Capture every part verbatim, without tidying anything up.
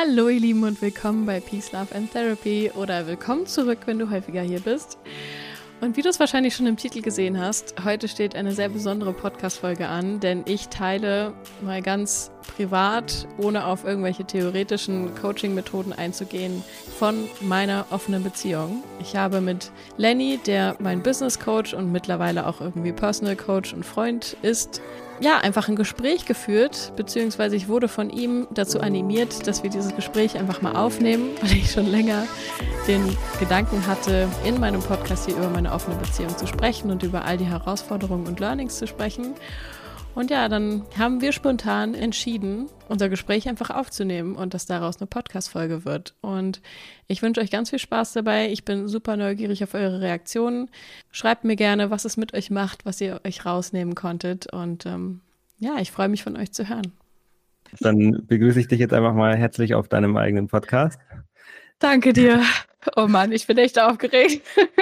Hallo ihr Lieben und willkommen bei Peace, Love and Therapy oder willkommen zurück, wenn du häufiger hier bist. Und wie du es wahrscheinlich schon im Titel gesehen hast, heute steht eine sehr besondere Podcast-Folge an, denn ich teile mal ganz privat, ohne auf irgendwelche theoretischen Coaching-Methoden einzugehen, von meiner offenen Beziehung. Ich habe mit Lenny, der mein Business-Coach und mittlerweile auch irgendwie Personal-Coach und Freund ist, ja, einfach ein Gespräch geführt, beziehungsweise ich wurde von ihm dazu animiert, dass wir dieses Gespräch einfach mal aufnehmen, weil ich schon länger den Gedanken hatte, in meinem Podcast hier über meine offene Beziehung zu sprechen und über all die Herausforderungen und Learnings zu sprechen. Und ja, dann haben wir spontan entschieden, unser Gespräch einfach aufzunehmen und dass daraus eine Podcast-Folge wird. Und ich wünsche euch ganz viel Spaß dabei. Ich bin super neugierig auf eure Reaktionen. Schreibt mir gerne, was es mit euch macht, was ihr euch rausnehmen konntet. Und ähm, ja, ich freue mich, von euch zu hören. Dann begrüße ich dich jetzt einfach mal herzlich auf deinem eigenen Podcast. Danke dir. Oh Mann, ich bin echt aufgeregt.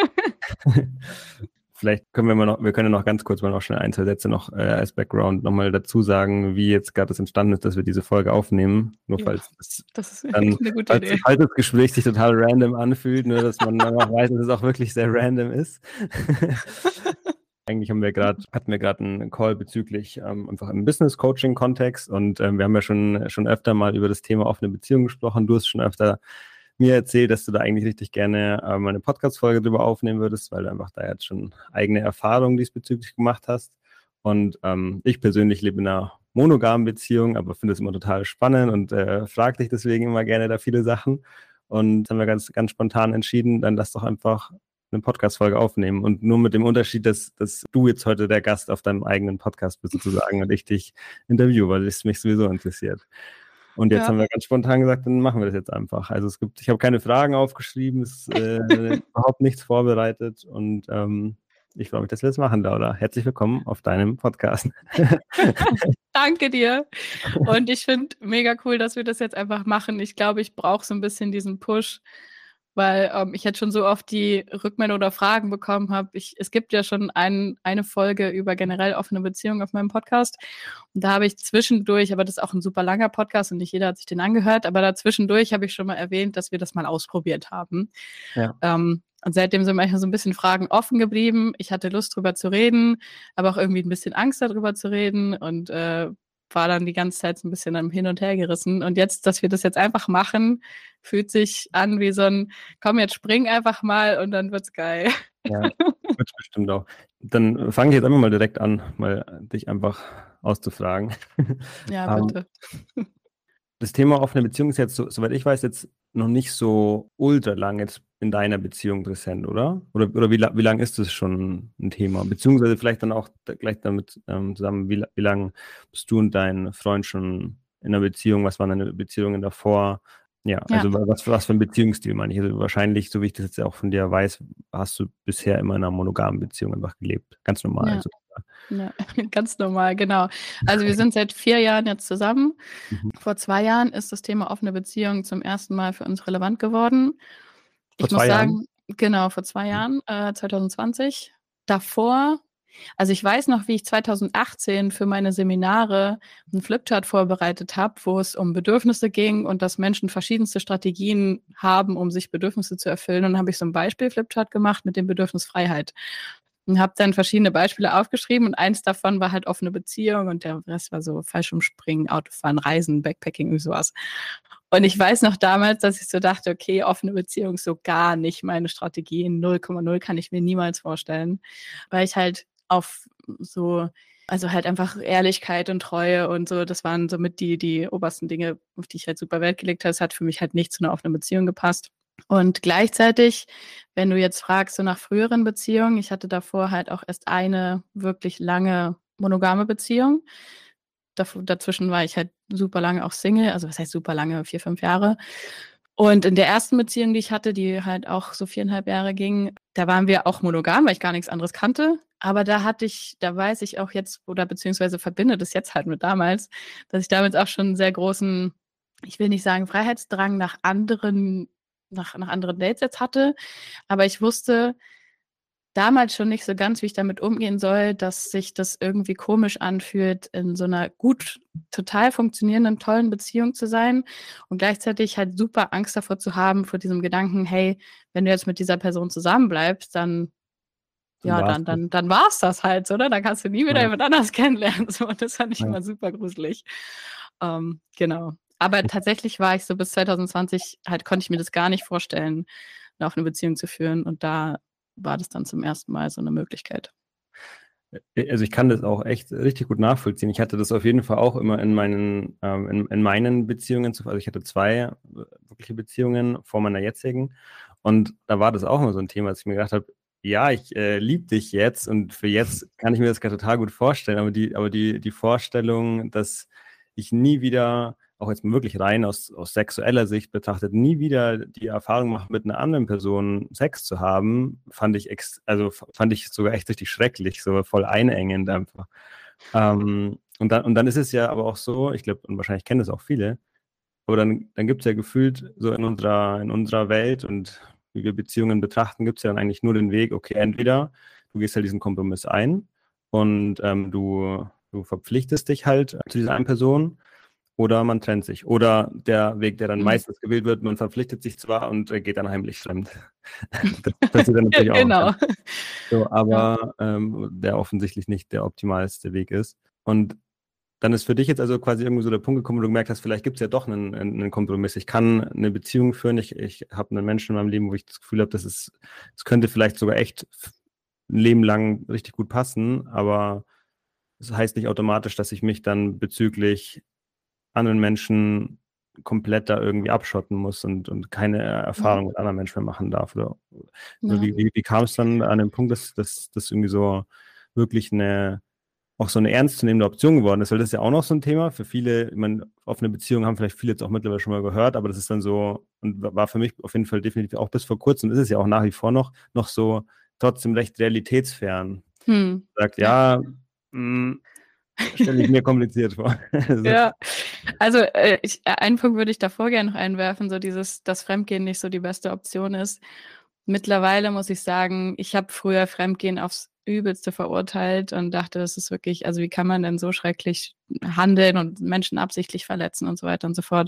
Vielleicht können wir mal noch, wir können noch ganz kurz mal noch schnell ein, zwei Sätze noch äh, als Background nochmal dazu sagen, wie jetzt gerade das entstanden ist, dass wir diese Folge aufnehmen. Nur Ja, falls es das ist dann, eine gute falls, Idee. falls das Gespräch sich total random anfühlt, nur dass man dann auch weiß, dass es auch wirklich sehr random ist. Eigentlich haben wir gerade, hatten wir gerade einen Call bezüglich ähm, einfach im Business-Coaching-Kontext und ähm, wir haben ja schon, schon öfter mal über das Thema offene Beziehung gesprochen. Du hast schon öfter mir erzählt, dass du da eigentlich richtig gerne ähm, eine Podcast-Folge drüber aufnehmen würdest, weil du einfach da jetzt schon eigene Erfahrungen diesbezüglich gemacht hast. Und ähm, ich persönlich lebe in einer monogamen Beziehung, aber finde es immer total spannend und äh, frage dich deswegen immer gerne da viele Sachen. Und haben wir ganz, ganz spontan entschieden, dann lass doch einfach eine Podcast-Folge aufnehmen. Und nur mit dem Unterschied, dass, dass du jetzt heute der Gast auf deinem eigenen Podcast bist sozusagen und ich dich interview, weil es mich sowieso interessiert. Und jetzt Ja. haben wir ganz spontan gesagt, dann machen wir das jetzt einfach. Also es gibt, ich habe keine Fragen aufgeschrieben, es ist äh, überhaupt nichts vorbereitet und ähm, ich freue mich, dass wir das machen, Laura. Herzlich willkommen auf deinem Podcast. Danke dir. Und ich finde mega cool, dass wir das jetzt einfach machen. Ich glaube, ich brauche so ein bisschen diesen Push, weil ähm, ich jetzt schon so oft die Rückmeldung oder Fragen bekommen habe. Ich, es gibt ja schon ein, eine Folge über generell offene Beziehungen auf meinem Podcast. Und da habe ich zwischendurch, aber das ist auch ein super langer Podcast und nicht jeder hat sich den angehört, aber da zwischendurch habe ich schon mal erwähnt, dass wir das mal ausprobiert haben. Ja. Ähm, und seitdem sind manchmal so ein bisschen Fragen offen geblieben. Ich hatte Lust, drüber zu reden, aber auch irgendwie ein bisschen Angst, darüber zu reden und äh, war dann die ganze Zeit so ein bisschen am Hin und Her gerissen. Und jetzt, dass wir das jetzt einfach machen, fühlt sich an wie so ein, komm, jetzt spring einfach mal und dann wird's geil. Ja, wird bestimmt auch. Dann fange ich jetzt einfach mal direkt an, mal dich einfach auszufragen. Ja, ähm, bitte. Das Thema offene Beziehung ist jetzt, so, soweit ich weiß, jetzt noch nicht so ultra lang jetzt in deiner Beziehung präsent, oder? Oder, oder wie, wie lange ist das schon ein Thema? Beziehungsweise vielleicht dann auch da, gleich damit ähm, zusammen, wie, wie lange bist du und dein Freund schon in einer Beziehung? Was waren deine Beziehungen davor? Ja, also Ja. was, was für ein Beziehungsstil meine ich? Also wahrscheinlich, so wie ich das jetzt auch von dir weiß, hast du bisher immer in einer monogamen Beziehung einfach gelebt. Ganz normal. Ja. So. Ja, ganz normal, genau. Also wir sind seit vier Jahren jetzt zusammen. Mhm. Vor zwei Jahren ist das Thema offene Beziehung zum ersten Mal für uns relevant geworden. Vor Ich muss zwei Jahren? sagen, genau, vor zwei Jahren, äh, zwanzig zwanzig. Davor, also ich weiß noch, wie ich zwanzig achtzehn für meine Seminare einen Flipchart vorbereitet habe, wo es um Bedürfnisse ging und dass Menschen verschiedenste Strategien haben, um sich Bedürfnisse zu erfüllen. Und dann habe ich so ein Beispiel-Flipchart gemacht mit dem Bedürfnis Freiheit. Und habe dann verschiedene Beispiele aufgeschrieben und eins davon war halt offene Beziehung und der Rest war so Fallschirmspringen, Autofahren, Reisen, Backpacking und sowas. Und ich weiß noch damals, dass ich so dachte, okay, offene Beziehung ist so gar nicht meine Strategie. In null Komma null kann ich mir niemals vorstellen, weil ich halt auf so, also halt einfach Ehrlichkeit und Treue und so, das waren somit die, die obersten Dinge, auf die ich halt super Wert gelegt habe. Es hat für mich halt nicht zu einer offenen Beziehung gepasst. Und gleichzeitig, wenn du jetzt fragst, so nach früheren Beziehungen, ich hatte davor halt auch erst eine wirklich lange monogame Beziehung. Dazwischen war ich halt super lange auch Single, also was heißt super lange, vier, fünf Jahre. Und in der ersten Beziehung, die ich hatte, die halt auch so viereinhalb Jahre ging, da waren wir auch monogam, weil ich gar nichts anderes kannte. Aber da hatte ich, da weiß ich auch jetzt, oder beziehungsweise verbinde das jetzt halt mit damals, dass ich damals auch schon einen sehr großen, ich will nicht sagen Freiheitsdrang nach anderen, nach, nach anderen Dates jetzt hatte. Aber ich wusste, damals schon nicht so ganz, wie ich damit umgehen soll, dass sich das irgendwie komisch anfühlt, in so einer gut, total funktionierenden, tollen Beziehung zu sein und gleichzeitig halt super Angst davor zu haben, vor diesem Gedanken, hey, wenn du jetzt mit dieser Person zusammenbleibst, dann Dann ja, war's dann, das. dann, dann war's das halt, oder? Dann kannst du nie wieder Ja, jemand anders kennenlernen. So, und das fand ich ja. immer super gruselig. Ähm, genau. Aber tatsächlich war ich so bis zwanzig zwanzig, halt konnte ich mir das gar nicht vorstellen, noch eine Beziehung zu führen. Und da war das dann zum ersten Mal so eine Möglichkeit. Also ich kann das auch echt richtig gut nachvollziehen. Ich hatte das auf jeden Fall auch immer in meinen, ähm, in, in meinen Beziehungen. zu- Also ich hatte zwei äh, wirkliche Beziehungen vor meiner jetzigen. Und da war das auch immer so ein Thema, dass ich mir gedacht habe, ja, ich äh, liebe dich jetzt und für jetzt kann ich mir das gerade total gut vorstellen. Aber die, aber die, die Vorstellung, dass ich nie wieder, auch jetzt mal wirklich rein aus, aus sexueller Sicht betrachtet, nie wieder die Erfahrung mache, mit einer anderen Person Sex zu haben, fand ich ex also f- fand ich sogar echt richtig schrecklich, so voll einengend einfach. Ähm, und dann, und dann ist es ja aber auch so, ich glaube, und wahrscheinlich kennen das auch viele, aber dann, dann gibt es ja gefühlt so in unserer, in unserer Welt und wie wir Beziehungen betrachten, gibt es ja dann eigentlich nur den Weg, okay, entweder du gehst halt diesen Kompromiss ein und ähm, du, du verpflichtest dich halt zu dieser einen Person oder man trennt sich. Oder der Weg, der dann Mhm. meistens gewählt wird, man verpflichtet sich zwar und äh, geht dann heimlich fremd. Das passiert dann natürlich auch. Genau. So, Ja. aber ähm, der offensichtlich nicht der optimalste Weg ist. Und dann ist für dich jetzt also quasi irgendwie so der Punkt gekommen, wo du gemerkt hast, vielleicht gibt es ja doch einen, einen Kompromiss. Ich kann eine Beziehung führen, ich, ich habe einen Menschen in meinem Leben, wo ich das Gefühl habe, das ist, das könnte vielleicht sogar echt ein Leben lang richtig gut passen, aber das heißt nicht automatisch, dass ich mich dann bezüglich anderen Menschen komplett da irgendwie abschotten muss und, und keine Mhm. Erfahrung mit anderen Menschen mehr machen darf. Oder, oder Ja. wie, wie, wie kam es dann an den Punkt, dass das irgendwie so wirklich eine auch so eine ernstzunehmende Option geworden ist, weil das ist ja auch noch so ein Thema für viele. Ich meine, offene Beziehungen haben vielleicht viele jetzt auch mittlerweile schon mal gehört, aber das ist dann so und war für mich auf jeden Fall definitiv auch bis vor kurzem, ist es ja auch nach wie vor noch, noch so trotzdem recht realitätsfern. Hm. Sagt, Ja. ja, mh, stelle ich mir kompliziert vor. Also, Ja, also äh, ich, äh, einen Punkt würde ich davor gerne noch einwerfen, so dieses, dass Fremdgehen nicht so die beste Option ist. Mittlerweile muss ich sagen, ich habe früher Fremdgehen aufs Übelste verurteilt und dachte, das ist wirklich, also wie kann man denn so schrecklich handeln und Menschen absichtlich verletzen und so weiter und so fort.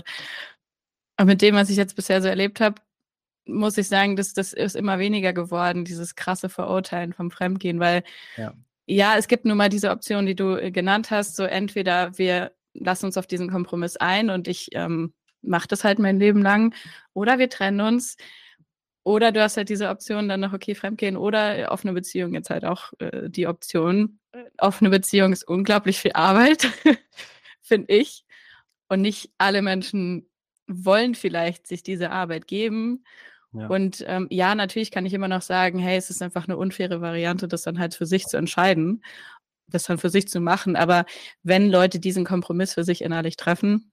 Und mit dem, was ich jetzt bisher so erlebt habe, muss ich sagen, dass das ist immer weniger geworden, dieses krasse Verurteilen vom Fremdgehen, weil ja. ja, es gibt nun mal diese Option, die du äh, genannt hast, so entweder wir lassen uns auf diesen Kompromiss ein und ich ähm, mache das halt mein Leben lang oder wir trennen uns oder du hast halt diese Option dann noch, okay, fremdgehen oder äh, offene Beziehung jetzt halt auch äh, die Option. Offene Beziehung ist unglaublich viel Arbeit, finde ich. Und nicht alle Menschen wollen vielleicht sich diese Arbeit geben. Ja. Und ähm, ja, natürlich kann ich immer noch sagen, hey, es ist einfach eine unfaire Variante, das dann halt für sich zu entscheiden, das dann für sich zu machen. Aber wenn Leute diesen Kompromiss für sich innerlich treffen,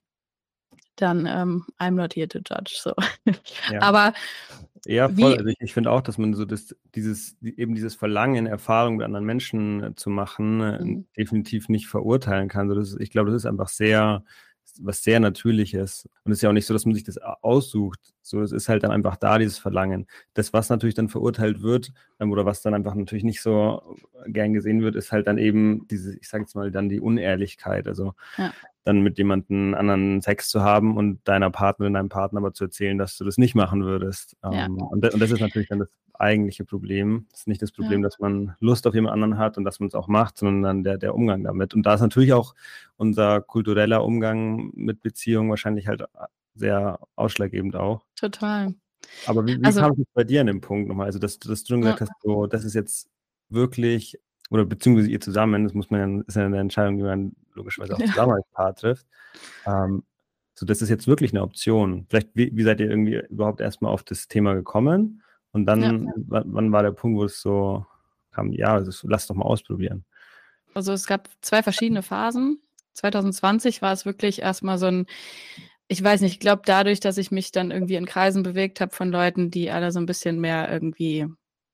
dann ähm, I'm not here to judge. So. Ja. Aber Ja, voll. wie, Also ich, ich finde auch, dass man so das, dieses, eben dieses Verlangen, Erfahrungen mit anderen Menschen äh, zu machen, äh, Mhm. definitiv nicht verurteilen kann. So, das, ist- ich glaube, das ist einfach sehr, was sehr Natürliches. Und es ist ja auch nicht so, dass man sich das a- aussucht. So, es ist halt dann einfach da, dieses Verlangen. Das, was natürlich dann verurteilt wird, ähm, oder was dann einfach natürlich nicht so gern gesehen wird, ist halt dann eben diese, ich sage jetzt mal, dann die Unehrlichkeit. Also ja, dann mit jemandem anderen Sex zu haben und deiner Partnerin, deinem Partner aber zu erzählen, dass du das nicht machen würdest. ja, Ähm, und, und das ist natürlich dann das eigentliche Problem. Das ist nicht das Problem, ja, dass man Lust auf jemand anderen hat und dass man es auch macht, sondern dann der, der Umgang damit. Und da ist natürlich auch unser kultureller Umgang mit Beziehungen wahrscheinlich halt sehr ausschlaggebend auch. total. Aber wie, wie Also, kam es bei dir an den Punkt nochmal? Also, dass, dass du dann ja, gesagt hast, so, das ist jetzt wirklich, oder beziehungsweise ihr zusammen, das muss man ja, ist ja eine Entscheidung, die man logischerweise auch ja. zusammen als Paar trifft. Ähm, so, das ist jetzt wirklich eine Option. Vielleicht, wie, wie seid ihr irgendwie überhaupt erstmal auf das Thema gekommen? Und Ja. dann, wann, wann war der Punkt, wo es so kam, ja, also, lass doch mal ausprobieren. Also es gab zwei verschiedene Phasen. zwanzig zwanzig war es wirklich erstmal so ein, ich weiß nicht, ich glaube dadurch, dass ich mich dann irgendwie in Kreisen bewegt habe von Leuten, die alle so ein bisschen mehr irgendwie,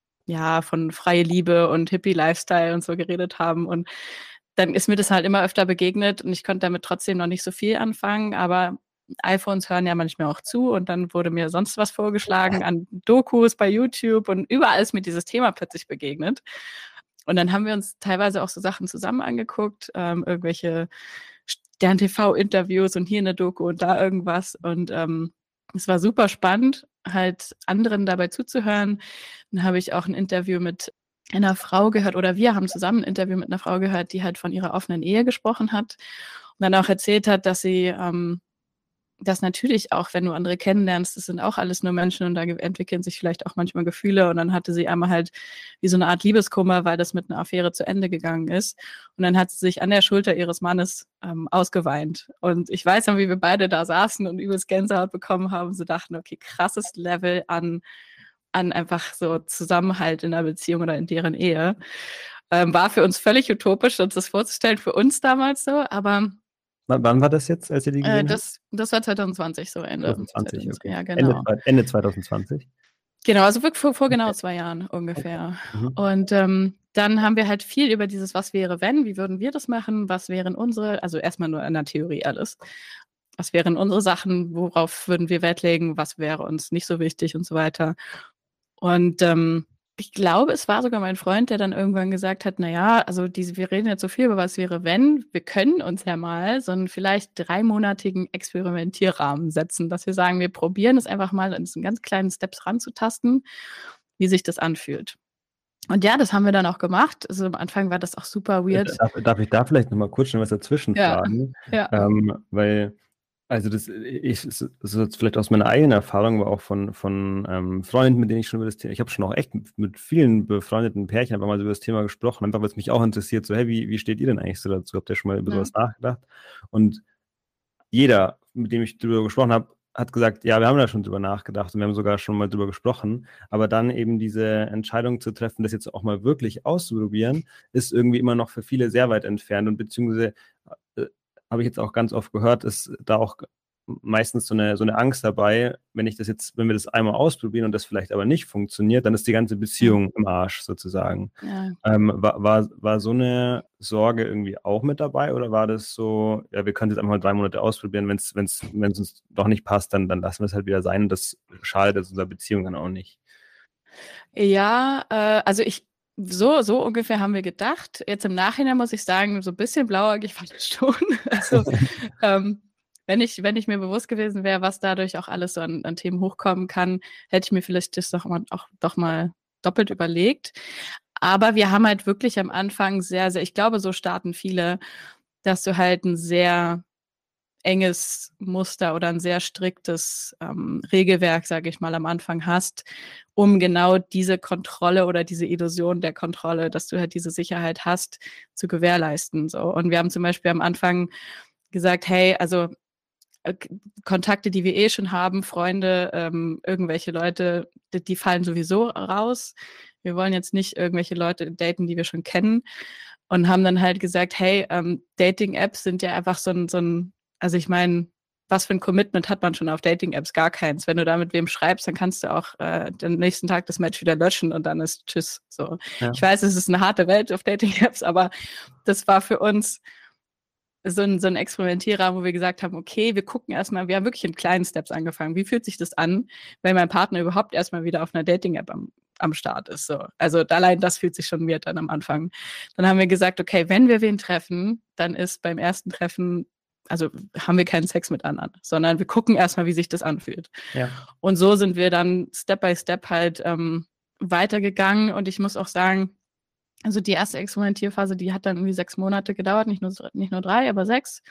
ja, von freie Liebe und Hippie-Lifestyle und so geredet haben. Und dann ist mir das halt immer öfter begegnet und ich konnte damit trotzdem noch nicht so viel anfangen. Aber iPhones hören ja manchmal auch zu und dann wurde mir sonst was vorgeschlagen an Dokus bei YouTube und überall ist mir dieses Thema plötzlich begegnet. Und dann haben wir uns teilweise auch so Sachen zusammen angeguckt, ähm, irgendwelche Stern-T V-Interviews und hier eine Doku und da irgendwas. Und ähm, es war super spannend, halt anderen dabei zuzuhören. Dann habe ich auch ein Interview mit einer Frau gehört, oder wir haben zusammen ein Interview mit einer Frau gehört, die halt von ihrer offenen Ehe gesprochen hat und dann auch erzählt hat, dass sie ähm, dass natürlich auch, wenn du andere kennenlernst, das sind auch alles nur Menschen und da entwickeln sich vielleicht auch manchmal Gefühle und dann hatte sie einmal halt wie so eine Art Liebeskummer, weil das mit einer Affäre zu Ende gegangen ist und dann hat sie sich an der Schulter ihres Mannes ähm, ausgeweint und ich weiß noch, wie wir beide da saßen und übelst Gänsehaut bekommen haben, so dachten, okay, krasses Level an, an einfach so Zusammenhalt in einer Beziehung oder in deren Ehe. Ähm, war für uns völlig utopisch, uns das vorzustellen, für uns damals so, aber Wann war das jetzt, als ihr die gesehen äh, das, das war zwanzig zwanzig, so Ende. habt? zwanzig zwanzig, okay. Ja, Ende, genau. Ende zwanzig zwanzig? Genau, also wirklich vor, vor genau Okay. zwei Jahren ungefähr. Okay. Mhm. Und ähm, dann haben wir halt viel über dieses Was wäre wenn, wie würden wir das machen, was wären unsere, also erstmal nur in der Theorie alles. Was wären unsere Sachen, worauf würden wir Wert legen, was wäre uns nicht so wichtig und so weiter. Und ähm, ich glaube, es war sogar mein Freund, der dann irgendwann gesagt hat, naja, also diese, wir reden jetzt so viel über was wäre wenn, wir können uns ja mal so einen vielleicht dreimonatigen Experimentierrahmen setzen, dass wir sagen, wir probieren es einfach mal in so ganz kleinen Steps ranzutasten, wie sich das anfühlt. Und ja, das haben wir dann auch gemacht. Also am Anfang war das auch super weird. Darf, darf ich da vielleicht noch mal kurz schon was dazwischen Ja, fragen? ja. Ähm, weil, also das ich so so jetzt vielleicht aus meiner eigenen Erfahrung, aber auch von, von ähm, Freunden, mit denen ich schon über das Thema, ich habe schon auch echt mit, mit vielen befreundeten Pärchen einfach mal über das Thema gesprochen, einfach weil es mich auch interessiert, so, hey, wie, wie steht ihr denn eigentlich so dazu? Habt ihr schon mal über Ja. sowas nachgedacht? Und jeder, mit dem ich darüber gesprochen habe, hat gesagt, ja, wir haben da schon drüber nachgedacht und wir haben sogar schon mal drüber gesprochen, aber dann eben diese Entscheidung zu treffen, das jetzt auch mal wirklich auszuprobieren, ist irgendwie immer noch für viele sehr weit entfernt und beziehungsweise äh, habe ich jetzt auch ganz oft gehört, ist da auch meistens so eine, so eine Angst dabei, wenn ich das jetzt, wenn wir das einmal ausprobieren und das vielleicht aber nicht funktioniert, dann ist die ganze Beziehung ja. im Arsch sozusagen. Ja. Ähm, war, war, war so eine Sorge irgendwie auch mit dabei oder war das so, ja, wir können es jetzt einfach mal drei Monate ausprobieren, wenn es wenn's, wenn's uns doch nicht passt, dann, dann lassen wir es halt wieder sein und das schadet unserer Beziehung dann auch nicht. Ja, äh, also ich, so, so ungefähr haben wir gedacht. Jetzt im Nachhinein muss ich sagen, so ein bisschen blauäugig fand ich schon. Also, ähm, wenn ich, wenn ich mir bewusst gewesen wäre, was dadurch auch alles so an, an Themen hochkommen kann, hätte ich mir vielleicht das doch mal, auch doch mal doppelt überlegt. Aber wir haben halt wirklich am Anfang sehr, sehr, ich glaube, so starten viele, dass du halt ein sehr enges Muster oder ein sehr striktes ähm, Regelwerk, sage ich mal, am Anfang hast, um genau diese Kontrolle oder diese Illusion der Kontrolle, dass du halt diese Sicherheit hast, zu gewährleisten. So. Und wir haben zum Beispiel am Anfang gesagt, hey, also äh, Kontakte, die wir eh schon haben, Freunde, ähm, irgendwelche Leute, die, die fallen sowieso raus. Wir wollen jetzt nicht irgendwelche Leute daten, die wir schon kennen. Und haben dann halt gesagt, hey, ähm, Dating-Apps sind ja einfach so ein, so ein also ich meine, was für ein Commitment hat man schon auf Dating-Apps? Gar keins. Wenn du da mit wem schreibst, dann kannst du auch äh, den nächsten Tag das Match wieder löschen und dann ist Tschüss. So. Ja. Ich weiß, es ist eine harte Welt auf Dating-Apps, aber das war für uns so ein, so ein Experimentierrahmen, wo wir gesagt haben, okay, wir gucken erstmal, wir haben wirklich in kleinen Steps angefangen. Wie fühlt sich das an, wenn mein Partner überhaupt erstmal wieder auf einer Dating-App am, am Start ist? So. Also allein das fühlt sich schon weird an am Anfang. Dann haben wir gesagt, okay, wenn wir wen treffen, dann ist beim ersten Treffen also haben wir keinen Sex mit anderen, sondern wir gucken erstmal, wie sich das anfühlt. Ja. Und so sind wir dann Step by Step halt ähm, weitergegangen. Und ich muss auch sagen, also die erste Experimentierphase, die hat dann irgendwie sechs Monate gedauert, nicht nur, nicht nur drei, aber sechs.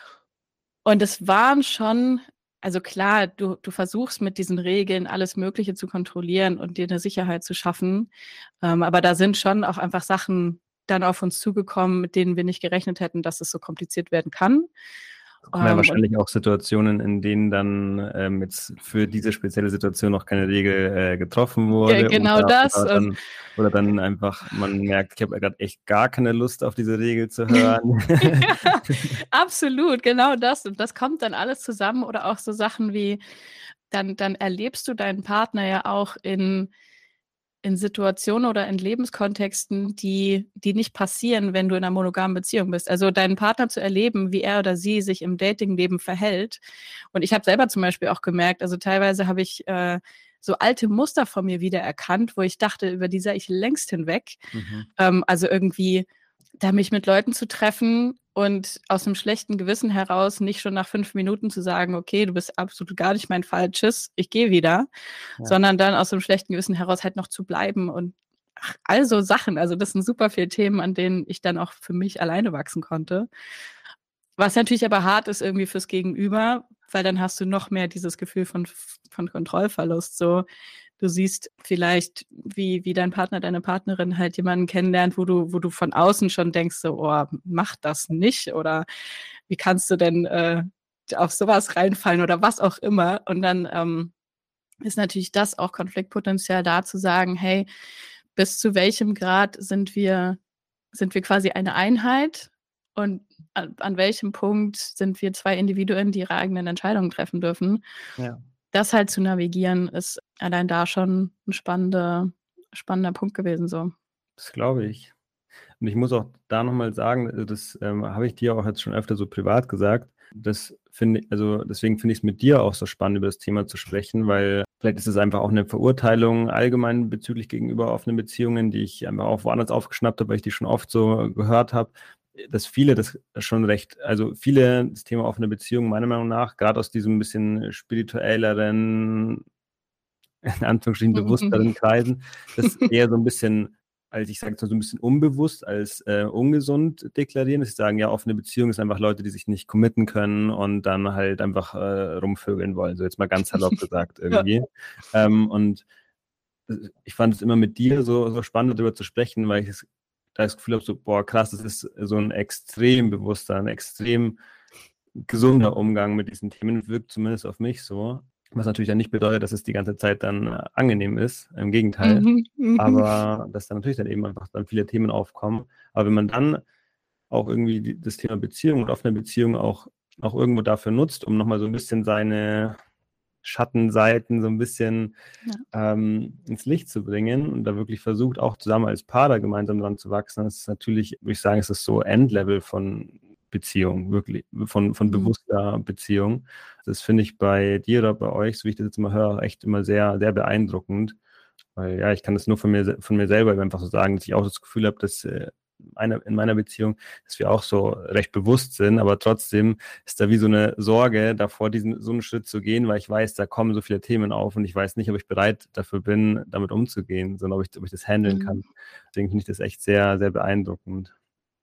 Und es waren schon, also klar, du, du versuchst mit diesen Regeln alles Mögliche zu kontrollieren und dir eine Sicherheit zu schaffen. Ähm, aber da sind schon auch einfach Sachen dann auf uns zugekommen, mit denen wir nicht gerechnet hätten, dass es so kompliziert werden kann. Es kommen ja wahrscheinlich auch Situationen, in denen dann ähm, jetzt für diese spezielle Situation noch keine Regel äh, getroffen wurde. Ja, genau oder, das. Oder dann, oder dann einfach, man merkt, ich habe gerade echt gar keine Lust auf diese Regel zu hören. Ja, absolut, genau das. Und das kommt dann alles zusammen. Oder auch so Sachen wie, dann, dann erlebst du deinen Partner ja auch in in Situationen oder in Lebenskontexten, die, die nicht passieren, wenn du in einer monogamen Beziehung bist. Also deinen Partner zu erleben, wie er oder sie sich im Datingleben verhält. Und ich habe selber zum Beispiel auch gemerkt, also teilweise habe ich äh, so alte Muster von mir wiedererkannt, wo ich dachte, über die sei ich längst hinweg. Mhm. Ähm, also irgendwie da mich mit Leuten zu treffen und aus einem schlechten Gewissen heraus nicht schon nach fünf Minuten zu sagen, okay, du bist absolut gar nicht mein Fall, tschüss, ich gehe wieder, Ja. sondern dann aus einem schlechten Gewissen heraus halt noch zu bleiben und ach, all so Sachen. Also das sind super viele Themen, an denen ich dann auch für mich alleine wachsen konnte. Was natürlich aber hart ist irgendwie fürs Gegenüber, weil dann hast du noch mehr dieses Gefühl von, von Kontrollverlust. So, du siehst vielleicht, wie, wie dein Partner, deine Partnerin halt jemanden kennenlernt, wo du, wo du von außen schon denkst, so, oh, mach das nicht. Oder wie kannst du denn äh, auf sowas reinfallen oder was auch immer. Und dann ähm, ist natürlich das auch Konfliktpotenzial da zu sagen, hey, bis zu welchem Grad sind wir, sind wir quasi eine Einheit und an, an welchem Punkt sind wir zwei Individuen, die ihre eigenen Entscheidungen treffen dürfen. Ja. Das halt zu navigieren, ist allein da schon ein spannender, spannender Punkt gewesen. So. Das glaube ich. Und ich muss auch da nochmal sagen, das ähm, habe ich dir auch jetzt schon öfter so privat gesagt, das finde ich, also deswegen finde ich es mit dir auch so spannend, über das Thema zu sprechen, weil vielleicht ist es einfach auch eine Verurteilung allgemein bezüglich gegenüber offenen Beziehungen, die ich einfach auch woanders aufgeschnappt habe, weil ich die schon oft so gehört habe, dass viele das schon recht, also viele das Thema offene Beziehungen meiner Meinung nach, gerade aus diesem bisschen spirituelleren, in Anführungsstrichen bewussteren Kreisen, das eher so ein bisschen, als ich sage, so ein bisschen unbewusst als äh, ungesund deklarieren, dass sie sagen, ja, offene Beziehung ist einfach Leute, die sich nicht committen können und dann halt einfach äh, rumvögeln wollen, so jetzt mal ganz salopp gesagt irgendwie. Ja. Ähm, und ich fand es immer mit dir so, so spannend, darüber zu sprechen, weil ich es, da das Gefühl habe, so, boah, krass, das ist so ein extrem bewusster, ein extrem gesunder Umgang mit diesen Themen, wirkt zumindest auf mich so. Was natürlich dann nicht bedeutet, dass es die ganze Zeit dann äh, angenehm ist, im Gegenteil. Mhm, aber dass dann natürlich dann eben einfach dann viele Themen aufkommen. Aber wenn man dann auch irgendwie die, das Thema Beziehung und offene Beziehung auch, auch irgendwo dafür nutzt, um nochmal so ein bisschen seine Schattenseiten so ein bisschen ja. ähm, ins Licht zu bringen und da wirklich versucht, auch zusammen als Paar da gemeinsam dran zu wachsen, das ist natürlich, würde ich sagen, ist das so Endlevel von Beziehung, wirklich, von, von mhm. bewusster Beziehung. Das finde ich bei dir oder bei euch, so wie ich das jetzt immer höre, echt immer sehr, sehr beeindruckend. Weil ja, ich kann das nur von mir, von mir selber einfach so sagen, dass ich auch das Gefühl habe, dass äh, eine, in meiner Beziehung, dass wir auch so recht bewusst sind, aber trotzdem ist da wie so eine Sorge davor, diesen so einen Schritt zu gehen, weil ich weiß, da kommen so viele Themen auf und ich weiß nicht, ob ich bereit dafür bin, damit umzugehen, sondern ob ich, ob ich das handeln mhm. kann. Deswegen finde ich das echt sehr, sehr beeindruckend.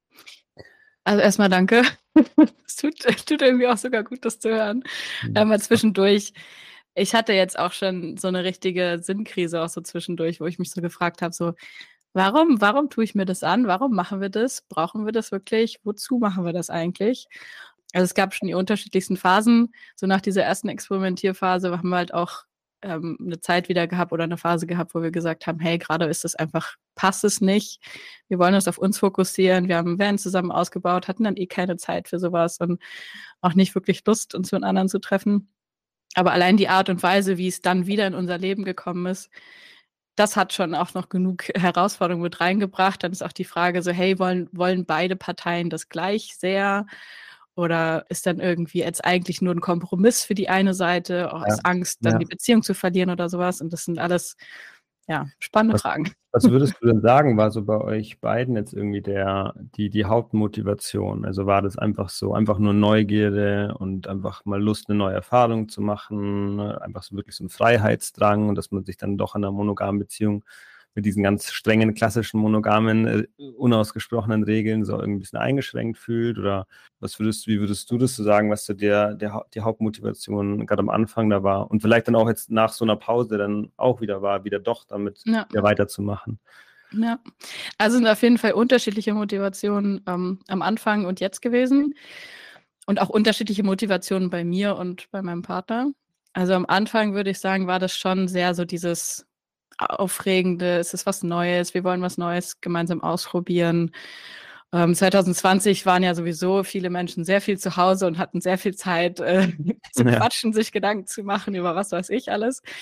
Also erstmal danke. Es tut, tut irgendwie auch sogar gut, das zu hören. Ja. Mal zwischendurch. Ich hatte jetzt auch schon so eine richtige Sinnkrise auch so zwischendurch, wo ich mich so gefragt habe, so, warum, warum tue ich mir das an? Warum machen wir das? Brauchen wir das wirklich? Wozu machen wir das eigentlich? Also es gab schon die unterschiedlichsten Phasen. So nach dieser ersten Experimentierphase haben wir halt auch ähm, eine Zeit wieder gehabt oder eine Phase gehabt, wo wir gesagt haben, hey, gerade ist es einfach, passt es nicht. Wir wollen uns auf uns fokussieren. Wir haben einen Van zusammen ausgebaut, hatten dann eh keine Zeit für sowas und auch nicht wirklich Lust, uns mit anderen zu treffen. Aber allein die Art und Weise, wie es dann wieder in unser Leben gekommen ist, das hat schon auch noch genug Herausforderungen mit reingebracht. Dann ist auch die Frage so, hey, wollen, wollen beide Parteien das gleich sehr? Oder ist dann irgendwie jetzt eigentlich nur ein Kompromiss für die eine Seite, auch aus ja. Angst, dann ja. die Beziehung zu verlieren oder sowas? Und das sind alles, ja, spannende was, Fragen. Was würdest du denn sagen, war so bei euch beiden jetzt irgendwie der, die, die Hauptmotivation? Also war das einfach so, einfach nur Neugierde und einfach mal Lust, eine neue Erfahrung zu machen, einfach so wirklich so ein Freiheitsdrang und dass man sich dann doch in einer monogamen Beziehung mit diesen ganz strengen, klassischen, monogamen, äh, unausgesprochenen Regeln so irgendwie ein bisschen eingeschränkt fühlt? Oder was würdest, wie würdest du das so sagen, was so der, der, die Hauptmotivation gerade am Anfang da war? Und vielleicht dann auch jetzt nach so einer Pause dann auch wieder war, wieder doch damit ja. wieder weiterzumachen? Ja, also sind auf jeden Fall unterschiedliche Motivationen ähm, am Anfang und jetzt gewesen. Und auch unterschiedliche Motivationen bei mir und bei meinem Partner. Also am Anfang würde ich sagen, war das schon sehr so dieses Aufregende, es ist was Neues, wir wollen was Neues gemeinsam ausprobieren. Ähm, zwanzig zwanzig waren ja sowieso viele Menschen sehr viel zu Hause und hatten sehr viel Zeit äh, zu ja. quatschen, sich Gedanken zu machen über was weiß ich alles.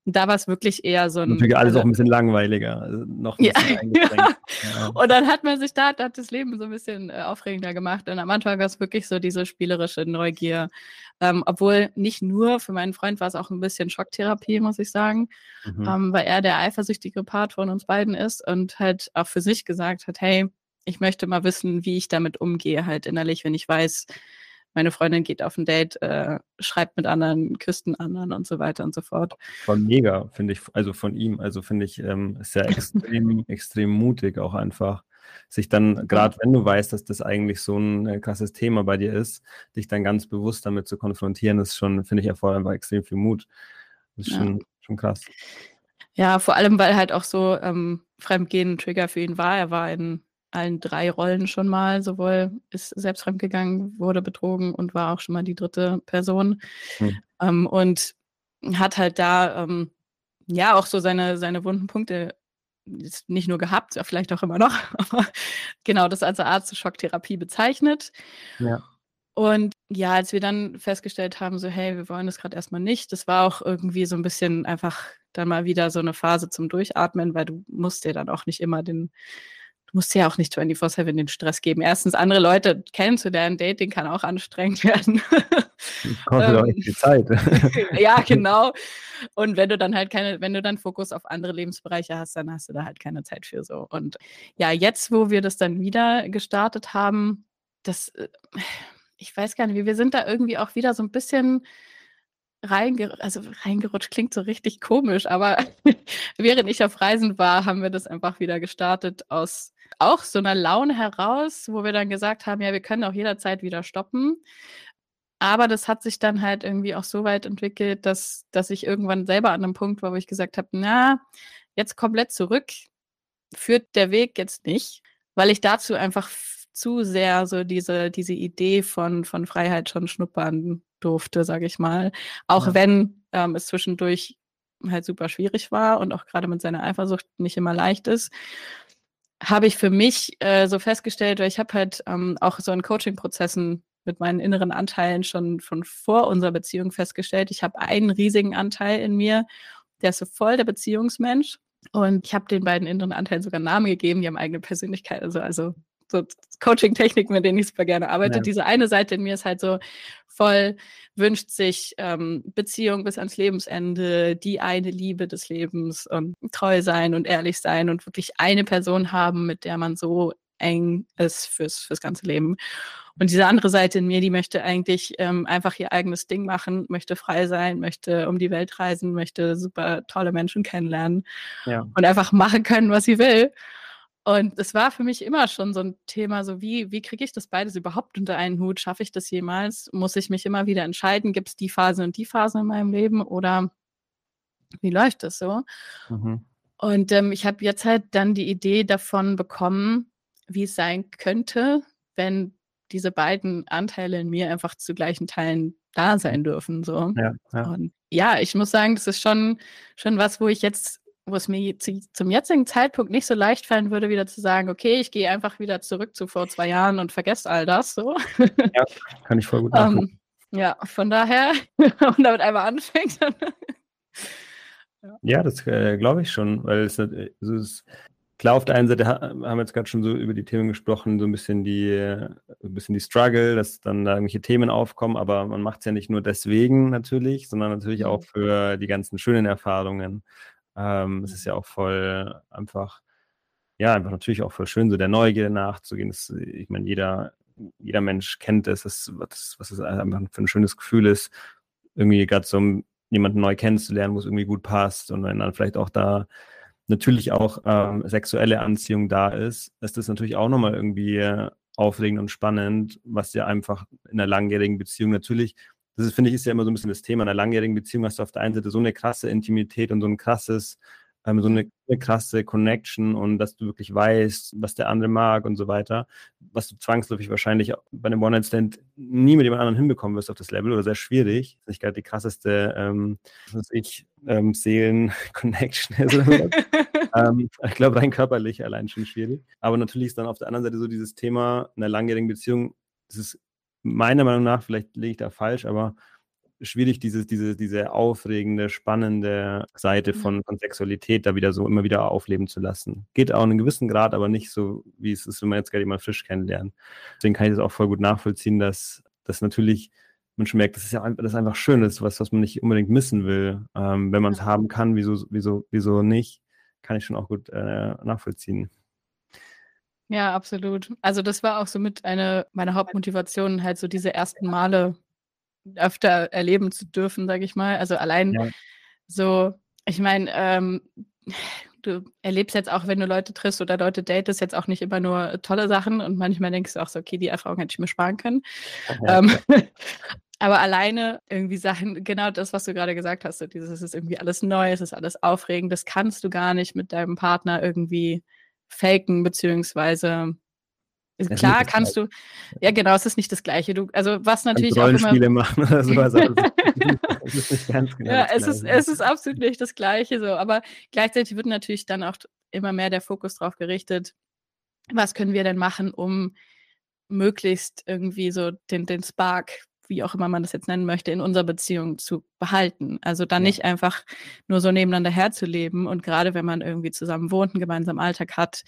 Da war es wirklich eher so ein... Natürlich alles also, auch ein bisschen langweiliger, also noch ein ja. bisschen eingeschränkt. Ja. Und dann hat man sich da, hat das Leben so ein bisschen äh, aufregender gemacht. Und am Anfang war es wirklich so diese spielerische Neugier. Ähm, obwohl nicht nur, für meinen Freund war es auch ein bisschen Schocktherapie, muss ich sagen, Mhm. ähm, weil er der eifersüchtige Part von uns beiden ist und halt auch für sich gesagt hat, hey, ich möchte mal wissen, wie ich damit umgehe, halt innerlich, wenn ich weiß, meine Freundin geht auf ein Date, äh, schreibt mit anderen, küsst einen anderen und so weiter und so fort. Voll mega, finde ich, also von ihm, also finde ich, ähm, ist ja extrem, extrem mutig auch einfach, sich dann, gerade wenn du weißt, dass das eigentlich so ein äh, krasses Thema bei dir ist, dich dann ganz bewusst damit zu konfrontieren, ist schon, finde ich, erfordert einfach extrem viel Mut. Das ist Ja. schon, schon krass. Ja, vor allem, weil halt auch so ähm, Fremdgehen ein Trigger für ihn war. Er war in allen drei Rollen schon mal, sowohl ist selbst fremdgegangen, wurde betrogen und war auch schon mal die dritte Person. Hm. Ähm, und hat halt da ähm, ja auch so seine, seine wunden Punkte ist nicht nur gehabt, vielleicht auch immer noch, aber genau das als Art zur Schocktherapie bezeichnet. Ja. Und ja, als wir dann festgestellt haben, so hey, wir wollen das gerade erstmal nicht, das war auch irgendwie so ein bisschen einfach dann mal wieder so eine Phase zum Durchatmen, weil du musst dir dann auch nicht immer den, du musst dir ja auch nicht vierundzwanzig sieben den Stress geben. Erstens, andere Leute kennenzulernen, Dating kann auch anstrengend werden. Kostet auch echt viel Zeit. Ja, genau. Und wenn du dann halt keine, wenn du dann Fokus auf andere Lebensbereiche hast, dann hast du da halt keine Zeit für so. Und ja, jetzt, wo wir das dann wieder gestartet haben, das, äh, ich weiß gar nicht, wie wir sind da irgendwie auch wieder so ein bisschen reingerutscht, also reingerutscht klingt so richtig komisch, aber während ich auf Reisen war, haben wir das einfach wieder gestartet aus auch so einer Laune heraus, wo wir dann gesagt haben, ja, wir können auch jederzeit wieder stoppen. Aber das hat sich dann halt irgendwie auch so weit entwickelt, dass, dass ich irgendwann selber an einem Punkt war, wo ich gesagt habe, na, jetzt komplett zurück führt der Weg jetzt nicht, weil ich dazu einfach f- zu sehr so diese, diese Idee von, von Freiheit schon schnuppern durfte, sage ich mal. Auch Ja. wenn ähm, es zwischendurch halt super schwierig war und auch gerade mit seiner Eifersucht nicht immer leicht ist, habe ich für mich äh, so festgestellt, weil ich habe halt ähm, auch so in Coaching-Prozessen mit meinen inneren Anteilen schon von vor unserer Beziehung festgestellt, ich habe einen riesigen Anteil in mir, der ist so voll der Beziehungsmensch. Und ich habe den beiden inneren Anteilen sogar Namen gegeben, die haben eigene Persönlichkeit, also, also so Coaching-Techniken, mit denen ich super gerne arbeite. Ja. Diese eine Seite in mir ist halt so voll, wünscht sich ähm, Beziehung bis ans Lebensende, die eine Liebe des Lebens und treu sein und ehrlich sein und wirklich eine Person haben, mit der man so eng ist fürs, fürs ganze Leben. Und diese andere Seite in mir, die möchte eigentlich ähm, einfach ihr eigenes Ding machen, möchte frei sein, möchte um die Welt reisen, möchte super tolle Menschen kennenlernen Ja. und einfach machen können, was sie will. Und es war für mich immer schon so ein Thema, so wie, wie kriege ich das beides überhaupt unter einen Hut? Schaffe ich das jemals? Muss ich mich immer wieder entscheiden? Gibt es die Phase und die Phase in meinem Leben? Oder wie läuft das so? Mhm. Und ähm, ich habe jetzt halt dann die Idee davon bekommen, wie es sein könnte, wenn diese beiden Anteile in mir einfach zu gleichen Teilen da sein dürfen. So. Ja, ja. Und ja, ich muss sagen, das ist schon, schon was, wo ich jetzt, wo es mir zu, zum jetzigen Zeitpunkt nicht so leicht fallen würde, wieder zu sagen, okay, ich gehe einfach wieder zurück zu vor zwei Jahren und vergesse all das. So. Ja, kann ich voll gut nachvollziehen. ähm, ja, von daher, und damit einmal anfängt, dann Ja, das äh, glaube ich schon, weil es, äh, also es klar, auf der einen Seite ha- haben wir jetzt gerade schon so über die Themen gesprochen, so ein bisschen die, äh, ein bisschen die Struggle, dass dann da irgendwelche Themen aufkommen, aber man macht es ja nicht nur deswegen natürlich, sondern natürlich auch für die ganzen schönen Erfahrungen. Ähm, es ist ja auch voll einfach, ja, einfach natürlich auch voll schön, so der Neugier nachzugehen. Das, ich meine, jeder, jeder Mensch kennt es, das, was, was es einfach für ein schönes Gefühl ist, irgendwie gerade so jemanden neu kennenzulernen, wo es irgendwie gut passt und wenn dann vielleicht auch da natürlich auch ähm, sexuelle Anziehung da ist, ist das natürlich auch nochmal irgendwie äh, aufregend und spannend, was ja einfach in einer langjährigen Beziehung natürlich, das ist, finde ich, ist ja immer so ein bisschen das Thema, in einer langjährigen Beziehung hast du auf der einen Seite so eine krasse Intimität und so ein krasses, ähm, so eine, eine krasse Connection und dass du wirklich weißt, was der andere mag und so weiter, was du zwangsläufig wahrscheinlich bei einem One-Night-Stand nie mit jemand anderem hinbekommen wirst auf das Level oder sehr schwierig. Das ist nicht gerade die krasseste, ähm, was weiß ich, ähm, Seelen-Connection ist oder so. ähm, ich glaube, rein körperlich allein schon schwierig. Aber natürlich ist dann auf der anderen Seite so dieses Thema einer langjährigen Beziehung, das ist meiner Meinung nach, vielleicht liege ich da falsch, aber schwierig, dieses, diese, diese aufregende, spannende Seite von, von Sexualität da wieder so immer wieder aufleben zu lassen. Geht auch in einem gewissen Grad, aber nicht so, wie es ist, wenn man jetzt gerade jemanden frisch kennenlernt. Deswegen kann ich das auch voll gut nachvollziehen, dass das natürlich man schon merkt, das ist ja das ist einfach schön, das ist was, was man nicht unbedingt missen will. Ähm, wenn man es haben kann, wieso, wieso, wieso nicht, kann ich schon auch gut äh, nachvollziehen. Ja, absolut. Also das war auch so mit eine meiner Hauptmotivationen, halt so diese ersten Male öfter erleben zu dürfen, sage ich mal. Also allein Ja. so, ich meine, ähm, du erlebst jetzt auch, wenn du Leute triffst oder Leute datest, jetzt auch nicht immer nur tolle Sachen und manchmal denkst du auch so, okay, die Erfahrung hätte ich mir sparen können. Ja, ähm, aber alleine irgendwie Sachen, genau das, was du gerade gesagt hast, so dieses, es ist irgendwie alles neu, es ist alles aufregend, das kannst du gar nicht mit deinem Partner irgendwie faken, beziehungsweise klar kannst du, ja genau, es ist nicht das Gleiche. Du, also was natürlich auch immer... Rollenspiele machen oder sowas, aber es ist nicht ganz genau ja, das es ist, Gleiche. es ist absolut nicht das Gleiche, so, aber gleichzeitig wird natürlich dann auch immer mehr der Fokus drauf gerichtet, was können wir denn machen, um möglichst irgendwie so den, den Spark, wie auch immer man das jetzt nennen möchte, in unserer Beziehung zu behalten. Also dann Ja. nicht einfach nur so nebeneinander herzuleben und gerade wenn man irgendwie zusammen wohnt, einen gemeinsamen Alltag hat,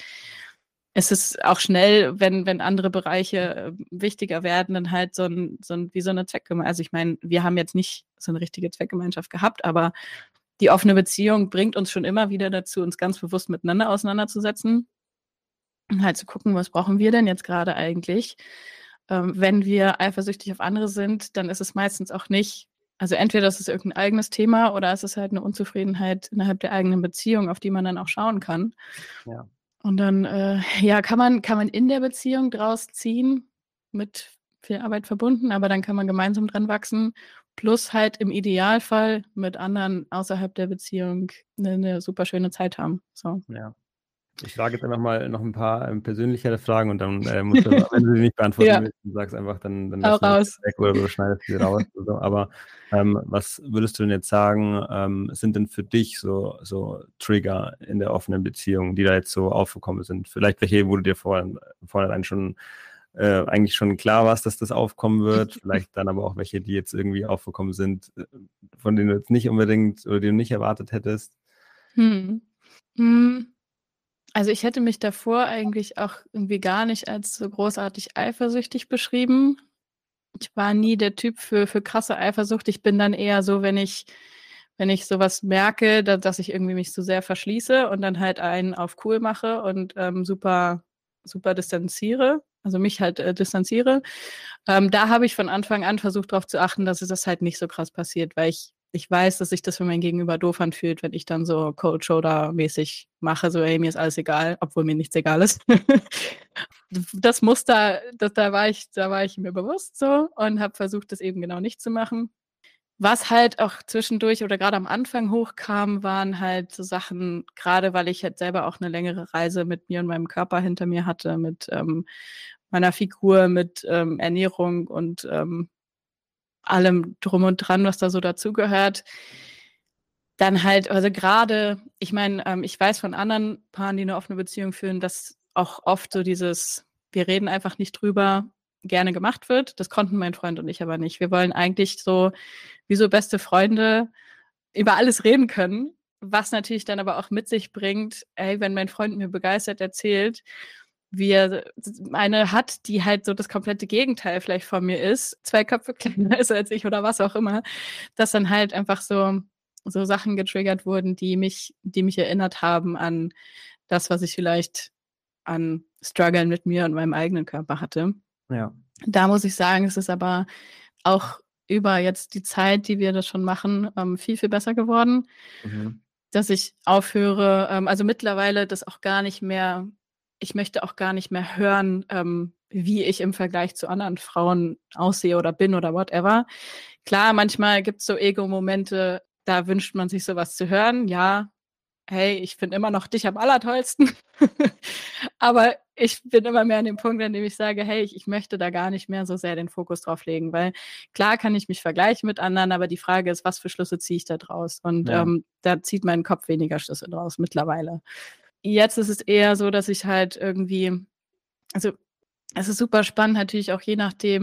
es ist auch schnell, wenn, wenn andere Bereiche äh, wichtiger werden, dann halt so ein, so ein, wie so eine Zweckgemeinschaft. Also ich meine, wir haben jetzt nicht so eine richtige Zweckgemeinschaft gehabt, aber die offene Beziehung bringt uns schon immer wieder dazu, uns ganz bewusst miteinander auseinanderzusetzen und halt zu gucken, was brauchen wir denn jetzt gerade eigentlich? Ähm, wenn wir eifersüchtig auf andere sind, dann ist es meistens auch nicht, also entweder das ist irgendein eigenes Thema oder es ist halt eine Unzufriedenheit innerhalb der eigenen Beziehung, auf die man dann auch schauen kann. Ja. Und dann, äh, ja, kann man, kann man in der Beziehung draus ziehen, mit viel Arbeit verbunden, aber dann kann man gemeinsam dran wachsen, plus halt im Idealfall mit anderen außerhalb der Beziehung eine, eine super schöne Zeit haben. So. Ja. Ich frage jetzt einfach mal noch ein paar ähm, persönlichere Fragen und dann äh, musst du, wenn du die nicht beantworten Ja. willst, du sagst einfach, dann, dann Hau lassen wir raus. das weg oder du schneidest sie raus. Oder so. Aber ähm, was würdest du denn jetzt sagen, ähm, sind denn für dich so, so Trigger in der offenen Beziehung, die da jetzt so aufgekommen sind? Vielleicht welche, wo du dir vorhin, vorhin schon äh, eigentlich schon klar warst, dass das aufkommen wird, vielleicht dann aber auch welche, die jetzt irgendwie aufgekommen sind, von denen du jetzt nicht unbedingt oder die du nicht erwartet hättest? Hm. Hm. Also ich hätte mich davor eigentlich auch irgendwie gar nicht als so großartig eifersüchtig beschrieben. Ich war nie der Typ für, für krasse Eifersucht. Ich bin dann eher so, wenn ich, wenn ich sowas merke, da, dass ich irgendwie mich zu sehr verschließe und dann halt einen auf cool mache und ähm, super, super distanziere, also mich halt äh, distanziere. Ähm, da habe ich von Anfang an versucht, darauf zu achten, dass es das halt nicht so krass passiert, weil ich ich weiß, dass sich das für mein Gegenüber doof anfühlt, wenn ich dann so Cold Shoulder-mäßig mache, so, ey, mir ist alles egal, obwohl mir nichts egal ist. Das Muster, das, da war ich, da war ich mir bewusst so und habe versucht, das eben genau nicht zu machen. Was halt auch zwischendurch oder gerade am Anfang hochkam, waren halt so Sachen, gerade weil ich halt selber auch eine längere Reise mit mir und meinem Körper hinter mir hatte, mit ähm, meiner Figur, mit ähm, Ernährung und ähm, allem drum und dran, was da so dazugehört. Dann halt, also gerade, ich meine, ähm, ich weiß von anderen Paaren, die eine offene Beziehung führen, dass auch oft so dieses, wir reden einfach nicht drüber, gerne gemacht wird. Das konnten mein Freund und ich aber nicht. Wir wollen eigentlich so, wie so beste Freunde, über alles reden können, was natürlich dann aber auch mit sich bringt, ey, wenn mein Freund mir begeistert erzählt, wie er eine hat, die halt so das komplette Gegenteil vielleicht von mir ist, zwei Köpfe kleiner ist als ich oder was auch immer, dass dann halt einfach so, so Sachen getriggert wurden, die mich, die mich erinnert haben an das, was ich vielleicht an Struggeln mit mir und meinem eigenen Körper hatte. Ja. Da muss ich sagen, es ist aber auch über jetzt die Zeit, die wir das schon machen, ähm, viel, viel besser geworden, Mhm. dass ich aufhöre, ähm, also mittlerweile das auch gar nicht mehr, ich möchte auch gar nicht mehr hören, ähm, wie ich im Vergleich zu anderen Frauen aussehe oder bin oder whatever. Klar, manchmal gibt es so Ego-Momente, da wünscht man sich sowas zu hören. Ja, hey, ich finde immer noch dich am allertollsten. Aber ich bin immer mehr an dem Punkt, an dem ich sage, hey, ich, ich möchte da gar nicht mehr so sehr den Fokus drauf legen, weil klar kann ich mich vergleichen mit anderen, aber die Frage ist, was für Schlüsse ziehe ich da draus? Und Ja. ähm, da zieht mein Kopf weniger Schlüsse draus mittlerweile. Jetzt ist es eher so, dass ich halt irgendwie, also es ist super spannend, natürlich auch je nachdem,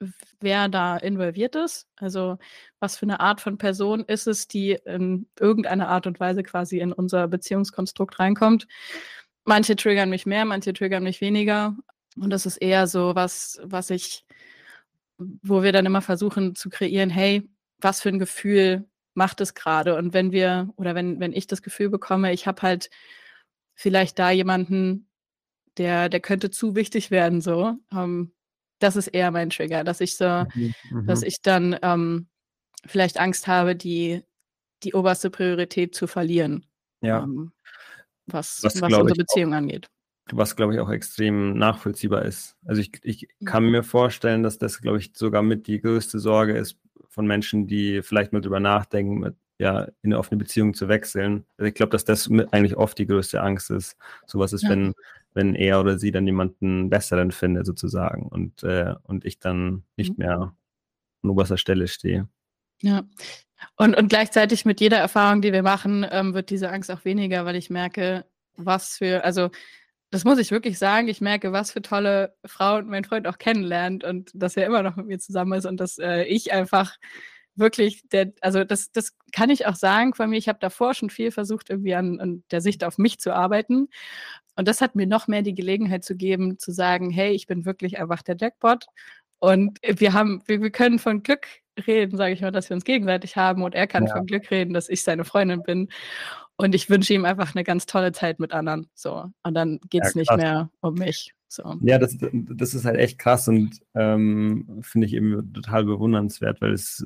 wer da involviert ist. Also was für eine Art von Person ist es, die in irgendeiner Art und Weise quasi in unser Beziehungskonstrukt reinkommt. Manche triggern mich mehr, manche triggern mich weniger. Und das ist eher so was, was ich, wo wir dann immer versuchen zu kreieren, hey, was für ein Gefühl macht es gerade? Und wenn wir, oder wenn, wenn ich das Gefühl bekomme, ich habe halt vielleicht da jemanden, der, der könnte zu wichtig werden, so, ähm, das ist eher mein Trigger, dass ich so, Mhm. dass Mhm. ich dann ähm, vielleicht Angst habe, die, die oberste Priorität zu verlieren, Ja, ähm, was, was was glaube unsere ich auch, Beziehung angeht. was glaube ich auch extrem nachvollziehbar ist. Also ich, ich Mhm. kann mir vorstellen, dass das, glaube ich, sogar mit die größte Sorge ist von Menschen, die vielleicht mal drüber nachdenken, mit, ja, in eine offene Beziehung zu wechseln. Also ich glaube, dass das mit eigentlich oft die größte Angst ist. Sowas ist, Ja. wenn, wenn er oder sie dann jemanden Besseren findet, sozusagen, und, äh, und ich dann nicht Mhm. mehr an oberster Stelle stehe. Ja. Und, und gleichzeitig mit jeder Erfahrung, die wir machen, ähm, wird diese Angst auch weniger, weil ich merke, was für, also das muss ich wirklich sagen, ich merke, was für tolle Frauen mein Freund auch kennenlernt und dass er immer noch mit mir zusammen ist und dass äh, ich einfach wirklich, der, also das, das kann ich auch sagen von mir, ich habe davor schon viel versucht, irgendwie an, an der Sicht auf mich zu arbeiten und das hat mir noch mehr die Gelegenheit zu geben, zu sagen, hey, ich bin wirklich einfach der Jackpot und wir haben, wir, wir können von Glück reden, sage ich mal, dass wir uns gegenseitig haben und er kann Ja, von Glück reden, dass ich seine Freundin bin. Und ich wünsche ihm einfach eine ganz tolle Zeit mit anderen. So. Und dann geht ja, es nicht krass. mehr um mich. So. Ja, das, das ist halt echt krass und ähm, finde ich eben total bewundernswert, weil es,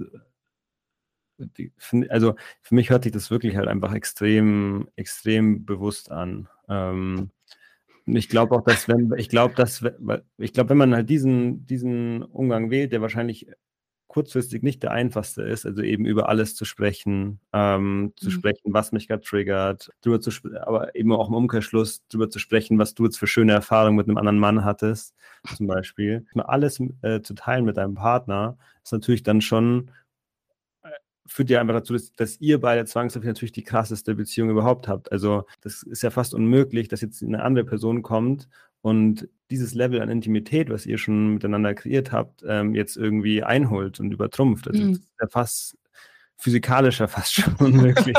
die, find, also für mich hört sich das wirklich halt einfach extrem, extrem bewusst an. Ähm, und ich glaube auch, dass wenn, ich glaube, dass, weil- ich glaube, wenn man halt diesen, diesen Umgang wählt, der wahrscheinlich kurzfristig nicht der einfachste ist, also eben über alles zu sprechen, ähm, zu Mhm. sprechen, was mich gerade triggert, drüber zu sp- aber eben auch im Umkehrschluss drüber zu sprechen, was du jetzt für schöne Erfahrungen mit einem anderen Mann hattest, zum Beispiel. Mal alles äh, zu teilen mit deinem Partner, ist natürlich dann schon, äh, führt ja einfach dazu, dass, dass ihr beide zwangsläufig natürlich die krasseste Beziehung überhaupt habt. Also das ist ja fast unmöglich, dass jetzt eine andere Person kommt und dieses Level an Intimität, was ihr schon miteinander kreiert habt, ähm, jetzt irgendwie einholt und übertrumpft. Also das Mhm. ist ja fast physikalischer fast schon unmöglich.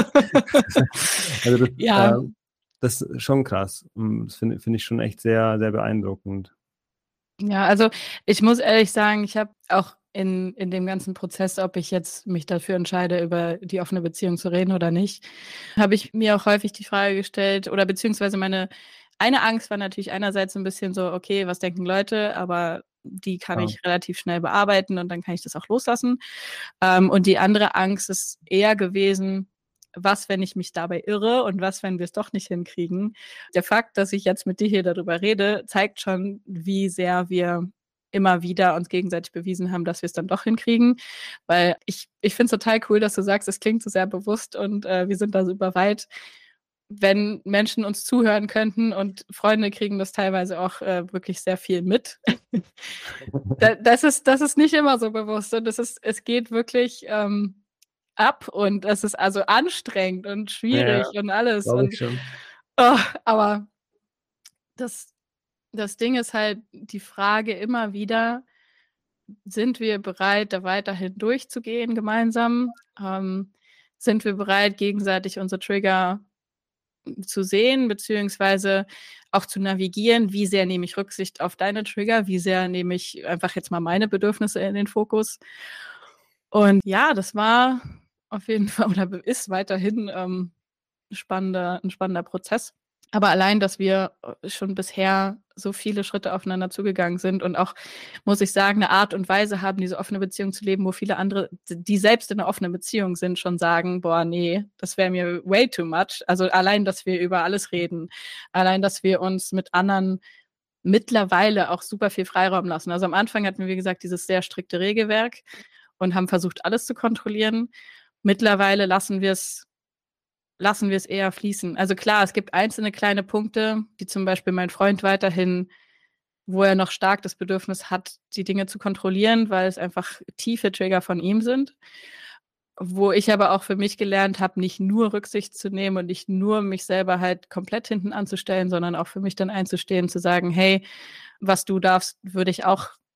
Also das, Ja, äh, das ist schon krass. Und das finde finde ich schon echt sehr, sehr beeindruckend. ja, also ich muss ehrlich sagen, ich habe auch in, in dem ganzen Prozess, ob ich jetzt mich dafür entscheide, über die offene Beziehung zu reden oder nicht, habe ich mir auch häufig die Frage gestellt, oder beziehungsweise meine eine Angst war natürlich einerseits so ein bisschen so, okay, was denken Leute, aber die kann Ja, ich relativ schnell bearbeiten und dann kann ich das auch loslassen. Ähm, und die andere Angst ist eher gewesen, was, wenn ich mich dabei irre und was, wenn wir es doch nicht hinkriegen. Der Fakt, dass ich jetzt mit dir hier darüber rede, zeigt schon, wie sehr wir immer wieder uns gegenseitig bewiesen haben, dass wir es dann doch hinkriegen. Weil ich, ich finde es total cool, dass du sagst, es klingt so sehr bewusst und äh, wir sind da super weit. Wenn Menschen uns zuhören könnten und Freunde kriegen das teilweise auch äh, wirklich sehr viel mit. da, das, ist, das ist nicht immer so bewusst und es, ist, es geht wirklich ähm, ab und es ist also anstrengend und ja, schwierig und alles. glaube ich Und schon. oh, aber das, das Ding ist halt die Frage immer wieder, sind wir bereit, da weiterhin durchzugehen gemeinsam? Ähm, sind wir bereit, gegenseitig unsere Trigger zu sehen, beziehungsweise auch zu navigieren, wie sehr nehme ich Rücksicht auf deine Trigger, wie sehr nehme ich einfach jetzt mal meine Bedürfnisse in den Fokus. Und ja, das war auf jeden Fall oder ist weiterhin ähm, spannender, ein spannender Prozess. Aber allein, dass wir äh, schon bisher so viele Schritte aufeinander zugegangen sind und auch, muss ich sagen, eine Art und Weise haben, diese offene Beziehung zu leben, wo viele andere, die selbst in einer offenen Beziehung sind, schon sagen, boah, nee, das wäre mir way too much. Also allein, dass wir über alles reden, allein, dass wir uns mit anderen mittlerweile auch super viel Freiraum lassen. Also am Anfang hatten wir, wie gesagt, dieses sehr strikte Regelwerk und haben versucht, alles zu kontrollieren. Mittlerweile lassen wir es lassen wir es eher fließen. Also klar, es gibt einzelne kleine Punkte, die zum Beispiel mein Freund weiterhin, wo er noch stark das Bedürfnis hat, die Dinge zu kontrollieren, weil es einfach tiefe Trigger von ihm sind. Wo ich aber auch für mich gelernt habe, nicht nur Rücksicht zu nehmen und nicht nur mich selber halt komplett hinten anzustellen, sondern auch für mich dann einzustehen, zu sagen, hey, was du darfst, würde ich auch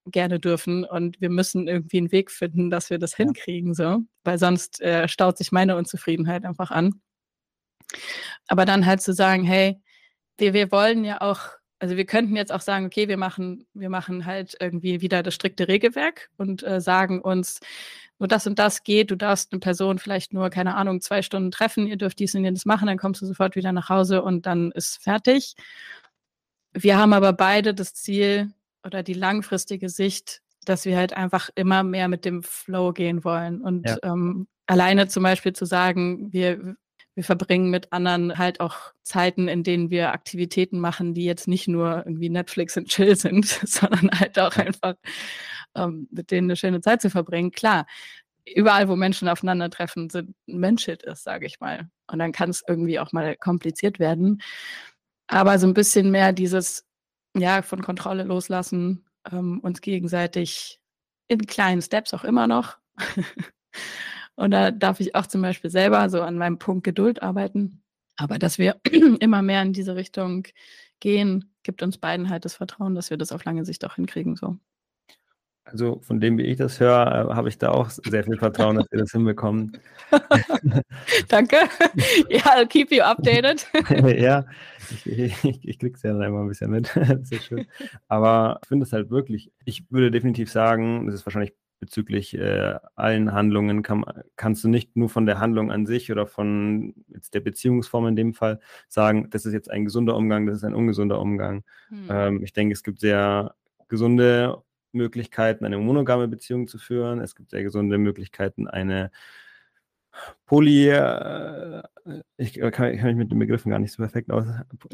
gerne dürfen und wir müssen irgendwie einen Weg finden, dass wir das Ja. hinkriegen, so, weil sonst äh, staut sich meine Unzufriedenheit einfach an. Aber dann halt zu sagen, hey, wir, wir wollen ja auch, also wir könnten jetzt auch sagen, okay, wir machen, wir machen halt irgendwie wieder das strikte Regelwerk und äh, sagen uns, nur das und das geht, du darfst eine Person vielleicht nur, keine Ahnung, zwei Stunden treffen, ihr dürft dies und jenes machen, dann kommst du sofort wieder nach Hause und dann ist fertig. Wir haben aber beide das Ziel oder die langfristige Sicht, dass wir halt einfach immer mehr mit dem Flow gehen wollen. Und Ja. ähm, alleine zum Beispiel zu sagen, wir, wir verbringen mit anderen halt auch Zeiten, in denen wir Aktivitäten machen, die jetzt nicht nur irgendwie Netflix und Chill sind, sondern halt auch einfach ähm, mit denen eine schöne Zeit zu verbringen. Klar, überall, wo Menschen aufeinandertreffen, sind Menschheit ist, sage ich mal. Und dann kann es irgendwie auch mal kompliziert werden. Aber so ein bisschen mehr dieses, ja, von Kontrolle loslassen, ähm, uns gegenseitig in kleinen Steps auch immer noch. Und da darf ich auch zum Beispiel selber so an meinem Punkt Geduld arbeiten. Aber dass wir immer mehr in diese Richtung gehen, gibt uns beiden halt das Vertrauen, dass wir das auf lange Sicht auch hinkriegen. So. Also von dem, wie ich das höre, äh, habe ich da auch sehr viel Vertrauen, dass ihr das hinbekommt. Danke. Ja, I'll keep you updated. Ja, ich, ich, ich krieg's ja dann immer ein bisschen mit. Das ist schön. Aber ich finde es halt wirklich, ich würde definitiv sagen, das ist wahrscheinlich bezüglich äh, allen Handlungen, kann, kannst du nicht nur von der Handlung an sich oder von jetzt der Beziehungsform in dem Fall sagen, das ist jetzt ein gesunder Umgang, das ist ein ungesunder Umgang. Hm. Ähm, ich denke, es gibt sehr gesunde Möglichkeiten, eine monogame Beziehung zu führen. Es gibt sehr gesunde Möglichkeiten, eine Poly, äh, ich kann, kann mich mit den Begriffen gar nicht so perfekt aus,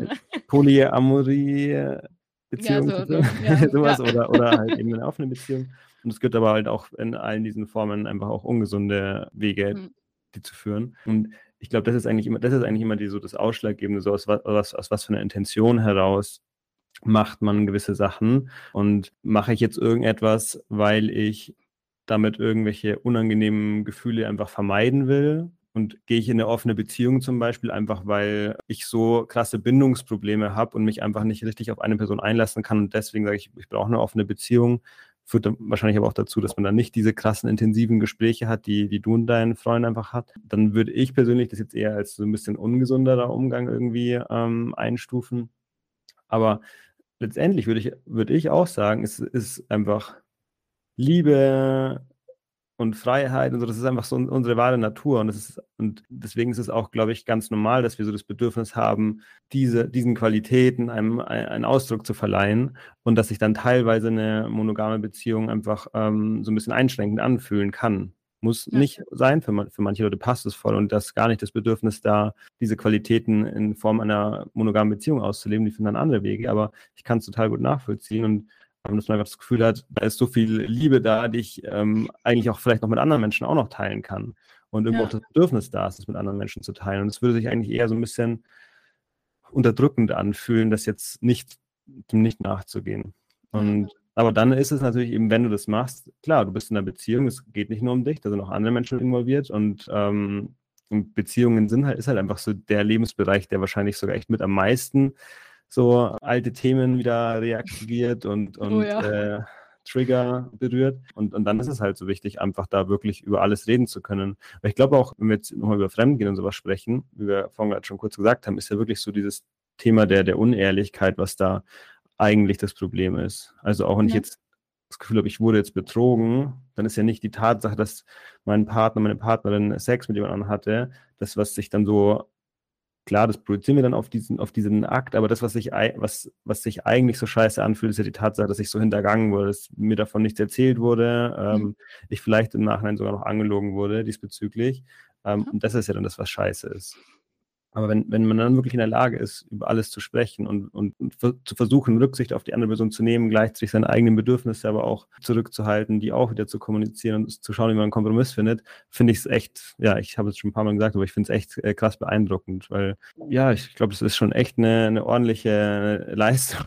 Polyamorie-Beziehung Ja, zu so, führen, so, ja, sowas, ja. oder, oder halt eben eine offene Beziehung. Und es gibt aber halt auch in allen diesen Formen einfach auch ungesunde Wege, hm. die zu führen. Und ich glaube, das ist eigentlich immer, das ist eigentlich immer die, so das Ausschlaggebende, so aus was, aus was für einer Intention heraus macht man gewisse Sachen, und mache ich jetzt irgendetwas, weil ich damit irgendwelche unangenehmen Gefühle einfach vermeiden will, und gehe ich in eine offene Beziehung zum Beispiel einfach, weil ich so krasse Bindungsprobleme habe und mich einfach nicht richtig auf eine Person einlassen kann, und deswegen sage ich, ich brauche eine offene Beziehung, führt dann wahrscheinlich aber auch dazu, dass man dann nicht diese krassen, intensiven Gespräche hat, die, die du und dein Freund einfach hat. Dann würde ich persönlich das jetzt eher als so ein bisschen ungesunderer Umgang irgendwie ähm, einstufen. Aber letztendlich würde ich, würde ich auch sagen, es ist einfach Liebe und Freiheit und so, das ist einfach so unsere wahre Natur. Und, das ist, und deswegen ist es auch, glaube ich, ganz normal, dass wir so das Bedürfnis haben, diese, diesen Qualitäten einem einen Ausdruck zu verleihen, und dass sich dann teilweise eine monogame Beziehung einfach ähm, so ein bisschen einschränkend anfühlen kann. Muss ja. nicht sein, für, für manche Leute passt es voll, und das ist gar nicht das Bedürfnis da, diese Qualitäten in Form einer monogamen Beziehung auszuleben, die finden dann andere Wege, aber ich kann es total gut nachvollziehen, und dass man einfach das Gefühl hat, da ist so viel Liebe da, die ich ähm, eigentlich auch vielleicht noch mit anderen Menschen auch noch teilen kann, und irgendwo ja. auch das Bedürfnis da ist, das mit anderen Menschen zu teilen, und es würde sich eigentlich eher so ein bisschen unterdrückend anfühlen, das jetzt nicht, dem nicht nachzugehen. Und ja. Aber dann ist es natürlich eben, wenn du das machst, klar, du bist in einer Beziehung, es geht nicht nur um dich, da sind auch andere Menschen involviert, und, ähm, und Beziehungen sind halt, ist halt einfach so der Lebensbereich, der wahrscheinlich sogar echt mit am meisten so alte Themen wieder reaktiviert und, und oh ja. äh, Trigger berührt. Und, und dann ist es halt so wichtig, einfach da wirklich über alles reden zu können. Weil ich glaube auch, wenn wir jetzt nochmal über Fremdgehen und sowas sprechen, wie wir vorhin gerade schon kurz gesagt haben, ist ja wirklich so dieses Thema der, der Unehrlichkeit, was da eigentlich das Problem ist. Also auch wenn ja. ich jetzt das Gefühl habe, ich wurde jetzt betrogen, dann ist ja nicht die Tatsache, dass mein Partner, meine Partnerin Sex mit jemand anderem hatte, das, was sich dann so, klar, das projizieren wir dann auf diesen, auf diesen Akt, aber das, was sich, was, was sich eigentlich so scheiße anfühlt, ist ja die Tatsache, dass ich so hintergangen wurde, dass mir davon nichts erzählt wurde, ähm, mhm. ich vielleicht im Nachhinein sogar noch angelogen wurde diesbezüglich. Ähm, mhm. Und das ist ja dann das, was scheiße ist. Aber wenn, wenn man dann wirklich in der Lage ist, über alles zu sprechen und, und, und zu versuchen, Rücksicht auf die andere Person zu nehmen, gleichzeitig seine eigenen Bedürfnisse aber auch zurückzuhalten, die auch wieder zu kommunizieren und zu schauen, wie man einen Kompromiss findet, finde ich es echt, ja, ich habe es schon ein paar Mal gesagt, aber ich finde es echt äh, krass beeindruckend, weil, ja, ich glaube, das ist schon echt eine, eine ordentliche Leistung.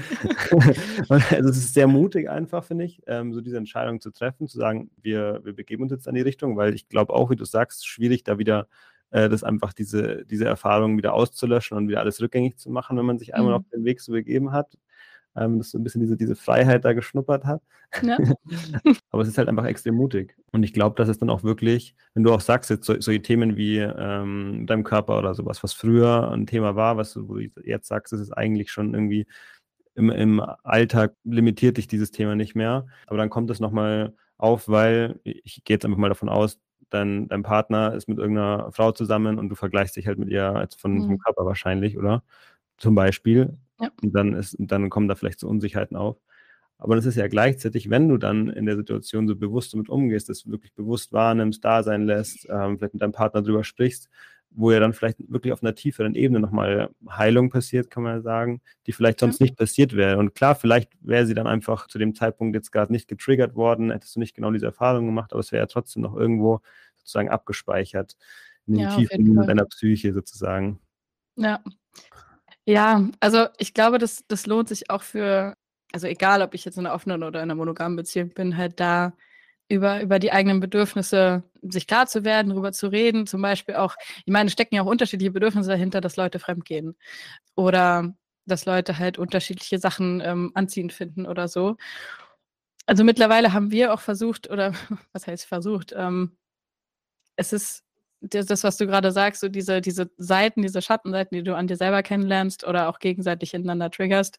Also es ist sehr mutig einfach, finde ich, ähm, so diese Entscheidung zu treffen, zu sagen, wir, wir begeben uns jetzt an die Richtung, weil ich glaube auch, wie du sagst, schwierig da wieder das einfach diese, diese Erfahrung wieder auszulöschen und wieder alles rückgängig zu machen, wenn man sich einmal mhm. auf den Weg so begeben hat. ähm, dass so ein bisschen diese, diese Freiheit da geschnuppert hat. Ja. Aber es ist halt einfach extrem mutig. Und ich glaube, dass es dann auch wirklich, wenn du auch sagst, jetzt so, solche Themen wie ähm, deinem Körper oder sowas, was früher ein Thema war, was du, wo du jetzt sagst, es ist eigentlich schon irgendwie im, im Alltag limitiert dich dieses Thema nicht mehr. Aber dann kommt es nochmal auf, weil ich gehe jetzt einfach mal davon aus, dein, dein Partner ist mit irgendeiner Frau zusammen und du vergleichst dich halt mit ihr als von, vom Mhm. Körper wahrscheinlich, oder? Zum Beispiel. Ja. Und dann ist, dann kommen da vielleicht so Unsicherheiten auf. Aber das ist ja gleichzeitig, wenn du dann in der Situation so bewusst damit umgehst, das wirklich bewusst wahrnimmst, da sein lässt, ähm, vielleicht mit deinem Partner drüber sprichst, wo ja dann vielleicht wirklich auf einer tieferen Ebene nochmal Heilung passiert, kann man ja sagen, die vielleicht sonst Ja. nicht passiert wäre. Und klar, vielleicht wäre sie dann einfach zu dem Zeitpunkt jetzt gerade nicht getriggert worden, hättest du nicht genau diese Erfahrung gemacht, aber es wäre ja trotzdem noch irgendwo sozusagen abgespeichert in den Ja, auf jeden Tiefen Fall. deiner Psyche sozusagen. Ja. Ja, also ich glaube, das, das lohnt sich auch für, also egal, ob ich jetzt in einer offenen oder in einer monogamen Beziehung bin, halt da über, über die eigenen Bedürfnisse sich klar zu werden, darüber zu reden. Zum Beispiel auch, ich meine, es stecken ja auch unterschiedliche Bedürfnisse dahinter, dass Leute fremdgehen oder dass Leute halt unterschiedliche Sachen ähm, anziehend finden oder so. Also mittlerweile haben wir auch versucht, oder was heißt versucht, ähm, es ist das, das, was du gerade sagst, so diese, diese Seiten, diese Schattenseiten, die du an dir selber kennenlernst oder auch gegenseitig ineinander triggerst.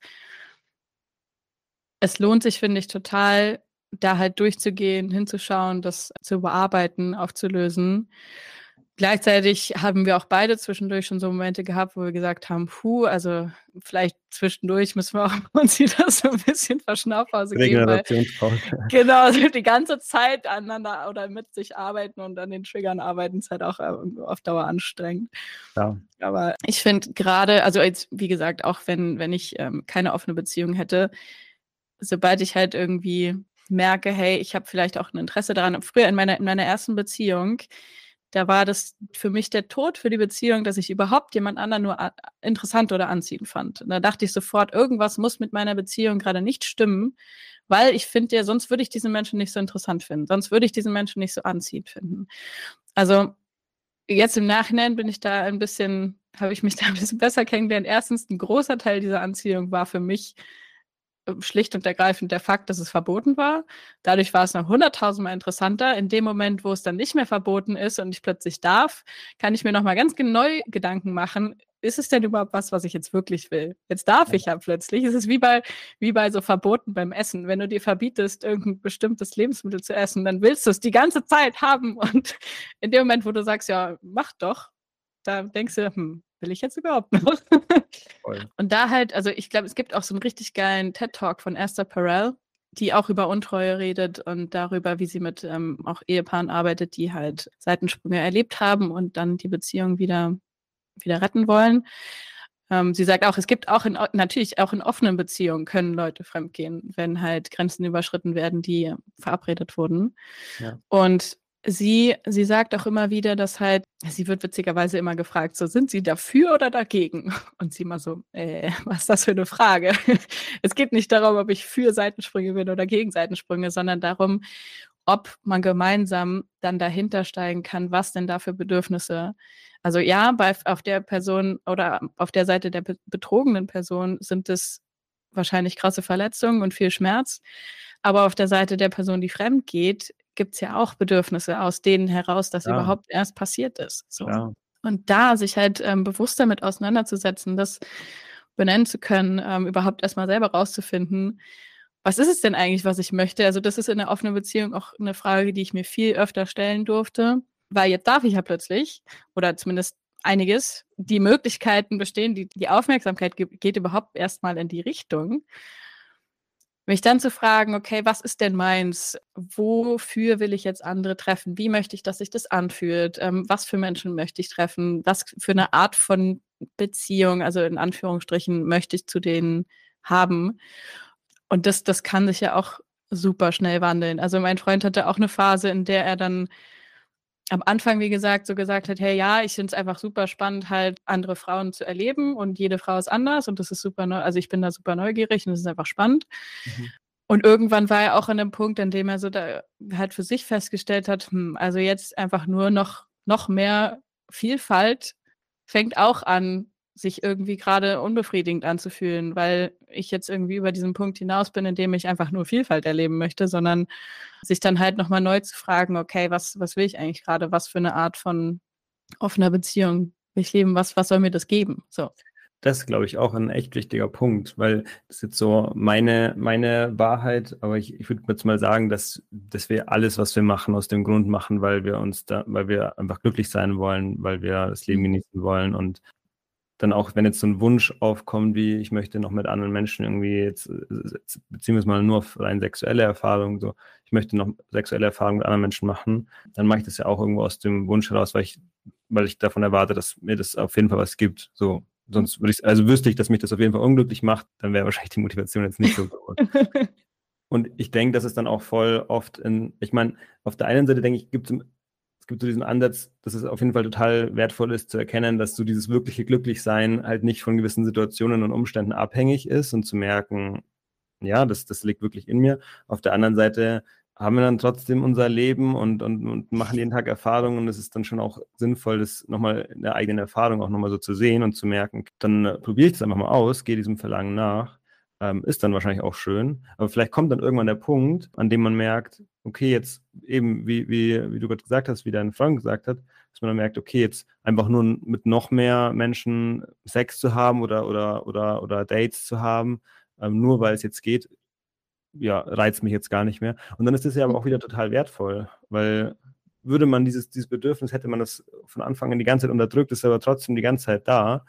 Es lohnt sich, finde ich, total, da halt durchzugehen, hinzuschauen, das zu bearbeiten, aufzulösen. Gleichzeitig haben wir auch beide zwischendurch schon so Momente gehabt, wo wir gesagt haben, puh, also vielleicht zwischendurch müssen wir auch uns wieder so ein bisschen Verschnaufpause geben, weil Regenerationspause. genau, also die ganze Zeit aneinander oder mit sich arbeiten und an den Triggern arbeiten ist halt auch äh, auf Dauer anstrengend. Ja. Aber ich finde gerade, also jetzt, wie gesagt, auch wenn, wenn ich ähm, keine offene Beziehung hätte, sobald ich halt irgendwie merke, hey, ich habe vielleicht auch ein Interesse daran. Früher in meiner, in meiner ersten Beziehung, da war das für mich der Tod für die Beziehung, dass ich überhaupt jemand anderen nur a- interessant oder anziehend fand. Und da dachte ich sofort, irgendwas muss mit meiner Beziehung gerade nicht stimmen, weil ich finde ja, sonst würde ich diesen Menschen nicht so interessant finden. Sonst würde ich diesen Menschen nicht so anziehend finden. Also jetzt im Nachhinein bin ich da ein bisschen, habe ich mich da ein bisschen besser kennengelernt. Erstens, ein großer Teil dieser Anziehung war für mich schlicht und ergreifend der Fakt, dass es verboten war. Dadurch war es noch hunderttausendmal interessanter. In dem Moment, wo es dann nicht mehr verboten ist und ich plötzlich darf, kann ich mir nochmal ganz genau Gedanken machen, ist es denn überhaupt was, was ich jetzt wirklich will? Jetzt darf ich ja plötzlich. Es ist wie bei, wie bei so Verboten beim Essen. Wenn du dir verbietest, irgendein bestimmtes Lebensmittel zu essen, dann willst du es die ganze Zeit haben. Und in dem Moment, wo du sagst, ja, mach doch, da denkst du, hm, will ich jetzt überhaupt noch? Voll. Und da halt, also ich glaube, es gibt auch so einen richtig geilen TED-Talk von Esther Perel, die auch über Untreue redet und darüber, wie sie mit ähm, auch Ehepaaren arbeitet, die halt Seitensprünge erlebt haben und dann die Beziehung wieder, wieder retten wollen. Ähm, sie sagt auch, es gibt auch in, natürlich auch in offenen Beziehungen können Leute fremdgehen, wenn halt Grenzen überschritten werden, die verabredet wurden. Ja. Und sie, sie sagt auch immer wieder, dass halt, sie wird witzigerweise immer gefragt, so, sind Sie dafür oder dagegen? Und sie immer so, äh, was ist das für eine Frage? Es geht nicht darum, ob ich für Seitensprünge bin oder gegen Seitensprünge, sondern darum, ob man gemeinsam dann dahinter steigen kann, was denn da für Bedürfnisse. Also ja, bei, auf der Person oder auf der Seite der be- betrogenen Person sind es wahrscheinlich krasse Verletzungen und viel Schmerz. Aber auf der Seite der Person, die fremd geht, gibt es ja auch Bedürfnisse, aus denen heraus das Ja, überhaupt erst passiert ist. So. klar. Und da sich halt ähm, bewusst damit auseinanderzusetzen, das benennen zu können, ähm, überhaupt erstmal selber rauszufinden, was ist es denn eigentlich, was ich möchte? Also das ist in einer offenen Beziehung auch eine Frage, die ich mir viel öfter stellen durfte, weil jetzt darf ich ja plötzlich, oder zumindest einiges, die Möglichkeiten bestehen, die, die Aufmerksamkeit ge- geht überhaupt erstmal in die Richtung. Mich dann zu fragen, okay, was ist denn meins? Wofür will ich jetzt andere treffen? Wie möchte ich, dass sich das anfühlt? Ähm, was für Menschen möchte ich treffen? Was für eine Art von Beziehung, also in Anführungsstrichen, möchte ich zu denen haben? Und das, das kann sich ja auch super schnell wandeln. Also mein Freund hatte auch eine Phase, in der er dann am Anfang, wie gesagt, so gesagt hat, hey, ja, ich finde es einfach super spannend, halt andere Frauen zu erleben und jede Frau ist anders und das ist super neu, also ich bin da super neugierig und es ist einfach spannend. Mhm. Und irgendwann war er auch an dem Punkt, an dem er so da halt für sich festgestellt hat, hm, also jetzt einfach nur noch, noch mehr Vielfalt fängt auch an, sich irgendwie gerade unbefriedigend anzufühlen, weil ich jetzt irgendwie über diesen Punkt hinaus bin, in dem ich einfach nur Vielfalt erleben möchte, sondern sich dann halt nochmal neu zu fragen, okay, was, was will ich eigentlich gerade? Was für eine Art von offener Beziehung will ich leben? Was, was soll mir das geben? So. Das ist, glaube ich, auch ein echt wichtiger Punkt, weil das ist jetzt so meine, meine Wahrheit, aber ich, ich würde jetzt mal sagen, dass, dass wir alles, was wir machen, aus dem Grund machen, weil wir uns da, weil wir einfach glücklich sein wollen, weil wir das Leben genießen wollen und dann auch, wenn jetzt so ein Wunsch aufkommt, wie ich möchte noch mit anderen Menschen irgendwie jetzt, jetzt beziehen wir es mal nur auf rein sexuelle Erfahrungen, so, ich möchte noch sexuelle Erfahrungen mit anderen Menschen machen, dann mache ich das ja auch irgendwo aus dem Wunsch heraus, weil ich, weil ich davon erwarte, dass mir das auf jeden Fall was gibt, so. Sonst würde ich, also wüsste ich, dass mich das auf jeden Fall unglücklich macht, dann wäre wahrscheinlich die Motivation jetzt nicht so groß. Und ich denke, dass es dann auch voll oft in, ich meine, auf der einen Seite denke ich, gibt es, es gibt so diesen Ansatz, dass es auf jeden Fall total wertvoll ist zu erkennen, dass so dieses wirkliche Glücklichsein halt nicht von gewissen Situationen und Umständen abhängig ist und zu merken, ja, das, das liegt wirklich in mir. Auf der anderen Seite haben wir dann trotzdem unser Leben und, und, und machen jeden Tag Erfahrungen und es ist dann schon auch sinnvoll, das nochmal in der eigenen Erfahrung auch nochmal so zu sehen und zu merken, dann äh, probiere ich das einfach mal aus, gehe diesem Verlangen nach, ähm, ist dann wahrscheinlich auch schön, aber vielleicht kommt dann irgendwann der Punkt, an dem man merkt, okay, jetzt eben, wie, wie, wie du gerade gesagt hast, wie dein Freund gesagt hat, dass man dann merkt, okay, jetzt einfach nur mit noch mehr Menschen Sex zu haben oder, oder, oder, oder Dates zu haben, ähm, nur weil es jetzt geht, ja, reizt mich jetzt gar nicht mehr. Und dann ist das ja aber auch wieder total wertvoll, weil würde man dieses, dieses Bedürfnis, hätte man das von Anfang an die ganze Zeit unterdrückt, ist aber trotzdem die ganze Zeit da,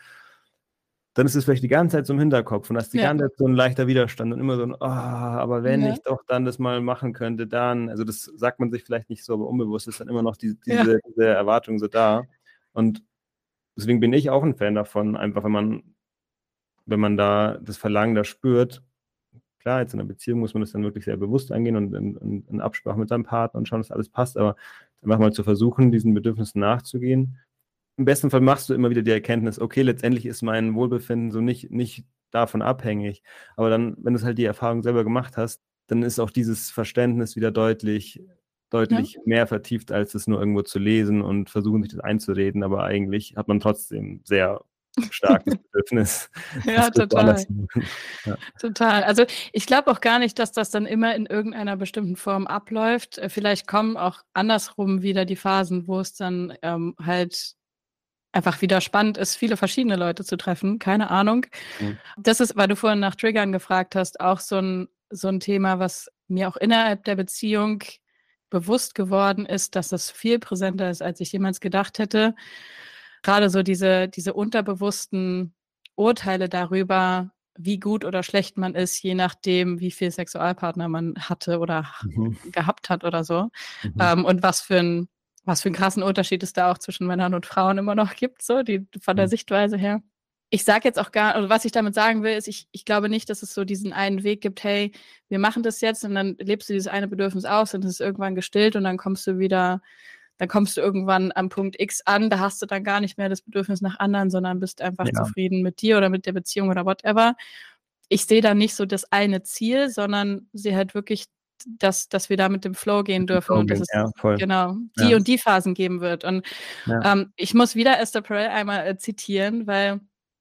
dann ist es vielleicht die ganze Zeit so im Hinterkopf und hast die Ja. ganze Zeit so ein leichter Widerstand und immer so ein, oh, aber wenn Ja. ich doch dann das mal machen könnte, dann, also das sagt man sich vielleicht nicht so, aber unbewusst ist dann immer noch die, diese, Ja. diese Erwartung so da. Und deswegen bin ich auch ein Fan davon, einfach wenn man, wenn man da das Verlangen da spürt. Klar, jetzt in einer Beziehung muss man das dann wirklich sehr bewusst angehen und in, in, in Absprache mit seinem Partner und schauen, dass alles passt, aber einfach mal zu versuchen, diesen Bedürfnissen nachzugehen. Im besten Fall machst du immer wieder die Erkenntnis, okay, letztendlich ist mein Wohlbefinden so nicht, nicht davon abhängig, aber dann, wenn du halt die Erfahrung selber gemacht hast, dann ist auch dieses Verständnis wieder deutlich, deutlich ja. mehr vertieft, als es nur irgendwo zu lesen und versuchen, sich das einzureden, aber eigentlich hat man trotzdem sehr starkes Bedürfnis. Ja, total. Ja. Total. Also ich glaube auch gar nicht, dass das dann immer in irgendeiner bestimmten Form abläuft. Vielleicht kommen auch andersrum wieder die Phasen, wo es dann ähm, halt einfach wieder spannend ist, viele verschiedene Leute zu treffen. Keine Ahnung. Mhm. Das ist, weil du vorhin nach Triggern gefragt hast, auch so ein, so ein Thema, was mir auch innerhalb der Beziehung bewusst geworden ist, dass das viel präsenter ist, als ich jemals gedacht hätte. Gerade so diese, diese unterbewussten Urteile darüber, wie gut oder schlecht man ist, je nachdem, wie viel Sexualpartner man hatte oder mhm. gehabt hat oder so. Mhm. Ähm, und was für ein, was für einen krassen Unterschied es da auch zwischen Männern und Frauen immer noch gibt, so die von der mhm. Sichtweise her. Ich sage jetzt auch gar, also was ich damit sagen will, ist, ich, ich glaube nicht, dass es so diesen einen Weg gibt, hey, wir machen das jetzt und dann lebst du dieses eine Bedürfnis aus und es ist irgendwann gestillt und dann kommst du wieder dann kommst du irgendwann am Punkt X an, da hast du dann gar nicht mehr das Bedürfnis nach anderen, sondern bist einfach ja. zufrieden mit dir oder mit der Beziehung oder whatever. Ich sehe da nicht so das eine Ziel, sondern sehe halt wirklich, dass, dass wir da mit dem Flow gehen dürfen Flow und dass es ja, genau die ja. und die Phasen geben wird. Und ja. ähm, ich muss wieder Esther Perel einmal äh, zitieren, weil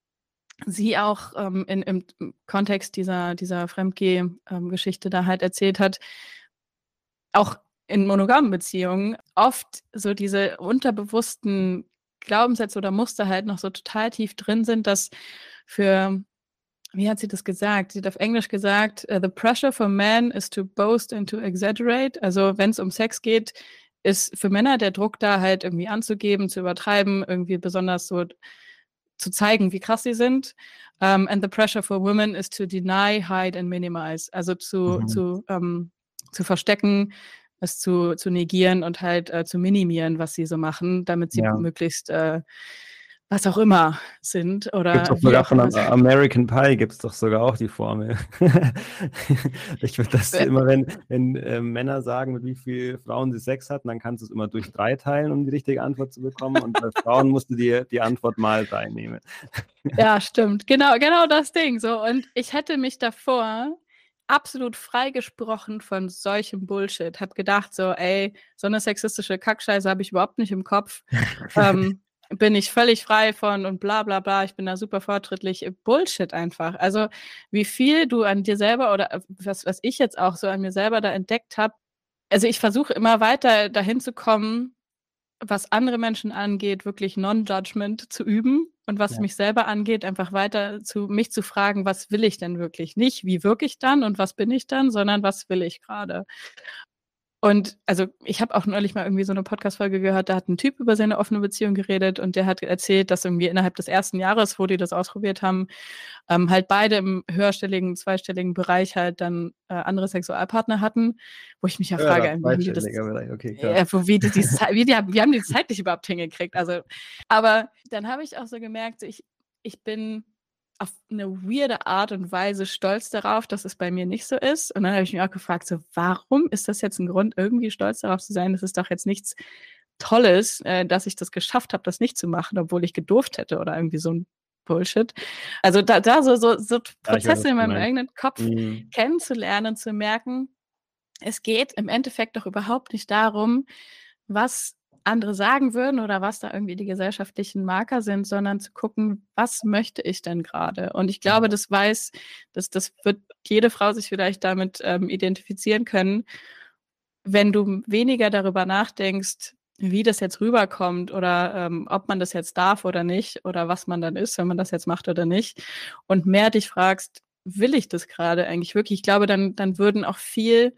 sie auch ähm, in, im Kontext dieser, dieser Fremdgeh-Geschichte ähm, da halt erzählt hat, auch in monogamen Beziehungen oft so diese unterbewussten Glaubenssätze oder Muster halt noch so total tief drin sind, dass für, wie hat sie das gesagt? Sie hat auf Englisch gesagt, uh, the pressure for men is to boast and to exaggerate. Also wenn es um Sex geht, ist für Männer der Druck da halt irgendwie anzugeben, zu übertreiben, irgendwie besonders so zu zeigen, wie krass sie sind. Um, and the pressure for women is to deny, hide and minimize. Also zu, mhm. zu, um, zu verstecken, es zu, zu negieren und halt äh, zu minimieren, was sie so machen, damit sie ja. möglichst äh, was auch immer sind. Oder gibt's auch sogar von American Pie gibt es doch sogar auch die Formel. Ich würde das äh, immer, wenn, wenn äh, Männer sagen, mit wie vielen Frauen sie Sex hatten, dann kannst du es immer durch drei teilen, um die richtige Antwort zu bekommen. Und bei Frauen musst du dir die Antwort mal drei nehmen. Ja, stimmt. Genau, genau das Ding. So. Und ich hätte mich davor absolut freigesprochen von solchem Bullshit. Hab gedacht so, ey, so eine sexistische Kackscheiße habe ich überhaupt nicht im Kopf. ähm, bin ich völlig frei von und bla bla bla, ich bin da super fortschrittlich. Bullshit einfach. Also wie viel du an dir selber oder was, was ich jetzt auch so an mir selber da entdeckt habe. Also ich versuche immer weiter dahin zu kommen, was andere Menschen angeht, wirklich Non-Judgment zu üben und was Ja. mich selber angeht, einfach weiter zu mich zu fragen, was will ich denn wirklich? Nicht, wie wirke ich dann und was bin ich dann, sondern was will ich gerade? Und also ich habe auch neulich mal irgendwie so eine Podcast-Folge gehört, da hat ein Typ über seine offene Beziehung geredet und der hat erzählt, dass irgendwie innerhalb des ersten Jahres, wo die das ausprobiert haben, ähm, halt beide im höherstelligen, zweistelligen Bereich halt dann äh, andere Sexualpartner hatten, wo ich mich ja frage, Höherer, wie haben die das, zweistelliger Bereich, okay, krass. äh, wo, wie, die, die, Ze- wie, die, wie haben die die zeitlich überhaupt hingekriegt? Also, aber dann habe ich auch so gemerkt, so ich, ich bin auf eine weirde Art und Weise stolz darauf, dass es bei mir nicht so ist. Und dann habe ich mich auch gefragt, so, warum ist das jetzt ein Grund, irgendwie stolz darauf zu sein? Das ist doch jetzt nichts Tolles, äh, dass ich das geschafft habe, das nicht zu machen, obwohl ich gedurft hätte oder irgendwie so ein Bullshit. Also da, da so, so, so Ja, ich weiß, Prozesse was in du meinem meinst. eigenen Kopf Mhm. kennenzulernen, zu merken, es geht im Endeffekt doch überhaupt nicht darum, was andere sagen würden oder was da irgendwie die gesellschaftlichen Marker sind, sondern zu gucken, was möchte ich denn gerade? Und ich glaube, das weiß, dass das wird jede Frau sich vielleicht damit ähm, identifizieren können, wenn du weniger darüber nachdenkst, wie das jetzt rüberkommt oder ähm, ob man das jetzt darf oder nicht oder was man dann ist, wenn man das jetzt macht oder nicht und mehr dich fragst, will ich das gerade eigentlich wirklich? Ich glaube, dann, dann würden auch viel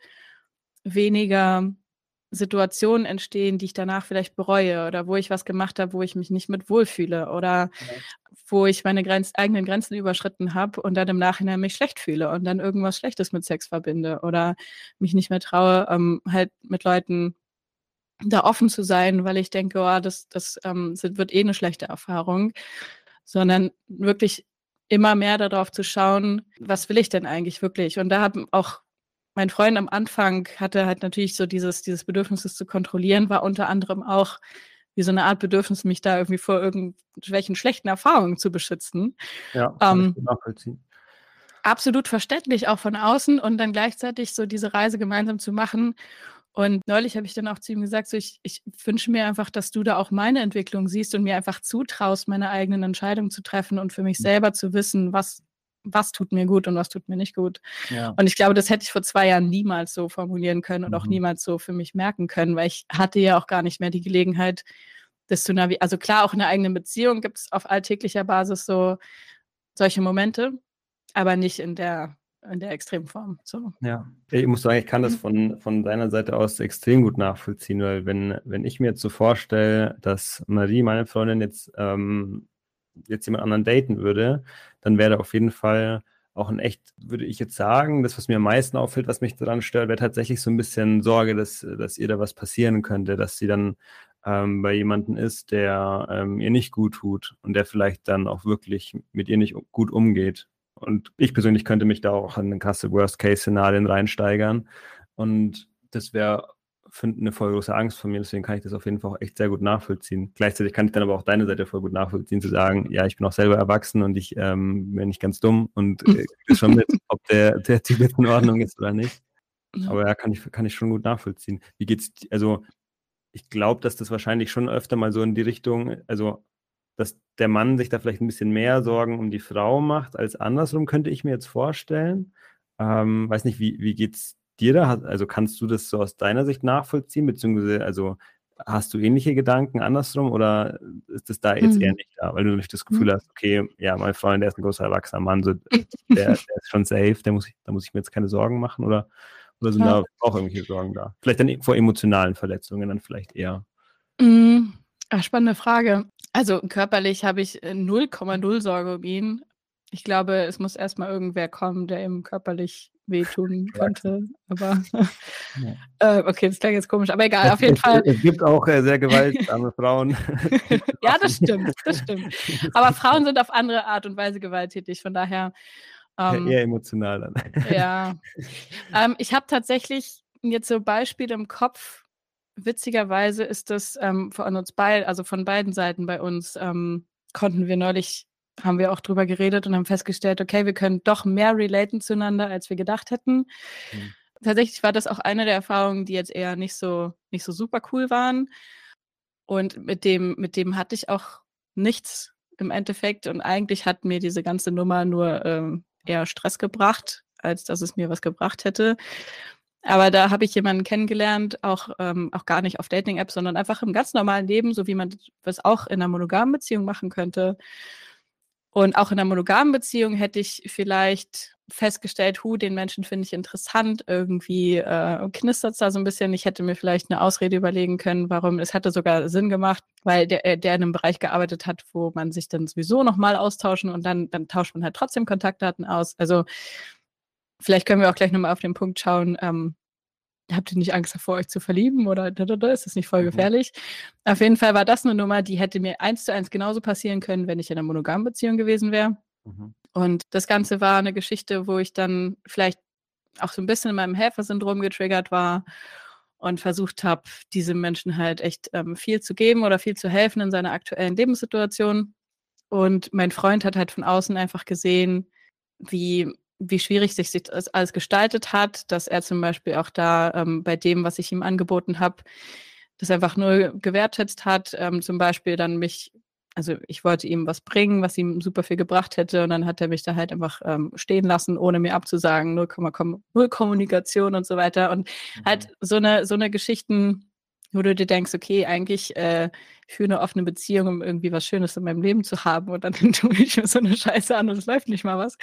weniger Situationen entstehen, die ich danach vielleicht bereue oder wo ich was gemacht habe, wo ich mich nicht mit wohlfühle oder Ja. wo ich meine Grenz eigenen Grenzen überschritten habe und dann im Nachhinein mich schlecht fühle und dann irgendwas Schlechtes mit Sex verbinde oder mich nicht mehr traue, ähm, halt mit Leuten da offen zu sein, weil ich denke, oh, das, das ähm, wird eh eine schlechte Erfahrung, sondern wirklich immer mehr darauf zu schauen, was will ich denn eigentlich wirklich? Und da haben auch mein Freund am Anfang hatte halt natürlich so dieses, dieses Bedürfnis, es zu kontrollieren, war unter anderem auch wie so eine Art Bedürfnis, mich da irgendwie vor irgendwelchen schlechten Erfahrungen zu beschützen. Ja, kann ich Ähm, gut nachvollziehen. absolut verständlich, auch von außen und dann gleichzeitig so diese Reise gemeinsam zu machen. Und neulich habe ich dann auch zu ihm gesagt, so ich, ich wünsche mir einfach, dass du da auch meine Entwicklung siehst und mir einfach zutraust, meine eigenen Entscheidungen zu treffen und für mich selber zu wissen, was, was tut mir gut und was tut mir nicht gut. Ja. Und ich glaube, das hätte ich vor zwei Jahren niemals so formulieren können und Mhm. auch niemals so für mich merken können, weil ich hatte ja auch gar nicht mehr die Gelegenheit, das zu navigieren. Also klar, auch in einer eigenen Beziehung gibt es auf alltäglicher Basis so solche Momente, aber nicht in der, in der Extremform. So. Ja, ich muss sagen, ich kann das von, von deiner Seite aus extrem gut nachvollziehen, weil wenn, wenn ich mir jetzt so vorstelle, dass Marie, meine Freundin, jetzt, ähm, jetzt jemand anderen daten würde, dann wäre da auf jeden Fall auch ein echt, würde ich jetzt sagen, das, was mir am meisten auffällt, was mich daran stört, wäre tatsächlich so ein bisschen Sorge, dass, dass ihr da was passieren könnte, dass sie dann ähm, bei jemandem ist, der ähm, ihr nicht gut tut und der vielleicht dann auch wirklich mit ihr nicht gut umgeht. Und ich persönlich könnte mich da auch in krasse Worst-Case-Szenarien reinsteigern. Und das wäre eine voll große Angst von mir. Deswegen kann ich das auf jeden Fall auch echt sehr gut nachvollziehen. Gleichzeitig kann ich dann aber auch deine Seite voll gut nachvollziehen, zu sagen, ja, ich bin auch selber erwachsen und ich ähm, bin nicht ganz dumm und äh, kriege schon mit, ob der, der Typ jetzt in Ordnung ist oder nicht. Aber ja, kann ich, kann ich schon gut nachvollziehen. Wie geht's, also ich glaube, dass das wahrscheinlich schon öfter mal so in die Richtung, also dass der Mann sich da vielleicht ein bisschen mehr Sorgen um die Frau macht als andersrum, könnte ich mir jetzt vorstellen. Ähm, weiß nicht, wie, wie geht's dir da? Also kannst du das so aus deiner Sicht nachvollziehen, beziehungsweise also hast du ähnliche Gedanken andersrum oder ist das da jetzt eher Mhm. nicht da, weil du nicht das Gefühl hast, okay, ja, mein Freund, der ist ein großer erwachsener Mann, so, der, der ist schon safe, der muss ich, da muss ich mir jetzt keine Sorgen machen oder, oder sind Ja. da auch irgendwelche Sorgen da? Vielleicht dann vor emotionalen Verletzungen dann vielleicht eher. Mhm. Ach, spannende Frage. Also körperlich habe ich äh, null Komma null Sorge um ihn. Ich glaube, es muss erstmal irgendwer kommen, der ihm körperlich wehtun könnte. Aber Ja. äh, okay, das klingt jetzt komisch, aber egal, auf jeden Es, Fall. es gibt auch äh, sehr gewaltsame Frauen. Ja, das stimmt, das stimmt. Aber Frauen sind auf andere Art und Weise gewalttätig, von daher. Ja, Ähm, eher emotional dann. ja. Ähm, ich habe tatsächlich jetzt so Beispiele im Kopf. Witzigerweise ist das ähm, von uns beiden, also von beiden Seiten bei uns, ähm, konnten wir neulich, haben wir auch drüber geredet und haben festgestellt, okay, wir können doch mehr relaten zueinander, als wir gedacht hätten. Mhm. Tatsächlich war das auch eine der Erfahrungen, die jetzt eher nicht so, nicht so super cool waren. Und mit dem, mit dem hatte ich auch nichts im Endeffekt. Und eigentlich hat mir diese ganze Nummer nur ähm, eher Stress gebracht, als dass es mir was gebracht hätte. Aber da habe ich jemanden kennengelernt, auch, ähm, auch gar nicht auf Dating-Apps, sondern einfach im ganz normalen Leben, so wie man das auch in einer monogamen Beziehung machen könnte. Und auch in einer monogamen Beziehung hätte ich vielleicht festgestellt, hu, den Menschen finde ich interessant, irgendwie äh, knistert es da so ein bisschen. Ich hätte mir vielleicht eine Ausrede überlegen können, warum. Es hatte sogar Sinn gemacht, weil der, der in einem Bereich gearbeitet hat, wo man sich dann sowieso nochmal austauschen und dann, dann tauscht man halt trotzdem Kontaktdaten aus. Also vielleicht können wir auch gleich nochmal auf den Punkt schauen, ähm, habt ihr nicht Angst davor, euch zu verlieben oder da, da, da, ist das nicht voll gefährlich? Mhm. Auf jeden Fall war das eine Nummer, die hätte mir eins zu eins genauso passieren können, wenn ich in einer monogamen Beziehung gewesen wäre. Mhm. Und das Ganze war eine Geschichte, wo ich dann vielleicht auch so ein bisschen in meinem Helfersyndrom getriggert war und versucht habe, diesem Menschen halt echt ähm, viel zu geben oder viel zu helfen in seiner aktuellen Lebenssituation. Und mein Freund hat halt von außen einfach gesehen, wie wie schwierig sich das alles gestaltet hat, dass er zum Beispiel auch da ähm, bei dem, was ich ihm angeboten habe, das einfach nur gewertschätzt hat, ähm, zum Beispiel dann mich, also ich wollte ihm was bringen, was ihm super viel gebracht hätte und dann hat er mich da halt einfach ähm, stehen lassen, ohne mir abzusagen, null Kommunikation und so weiter und mhm. halt so eine, so eine Geschichten, wo du dir denkst, okay, eigentlich äh, für eine offene Beziehung, um irgendwie was Schönes in meinem Leben zu haben und dann tue ich mir so eine Scheiße an und es läuft nicht mal was.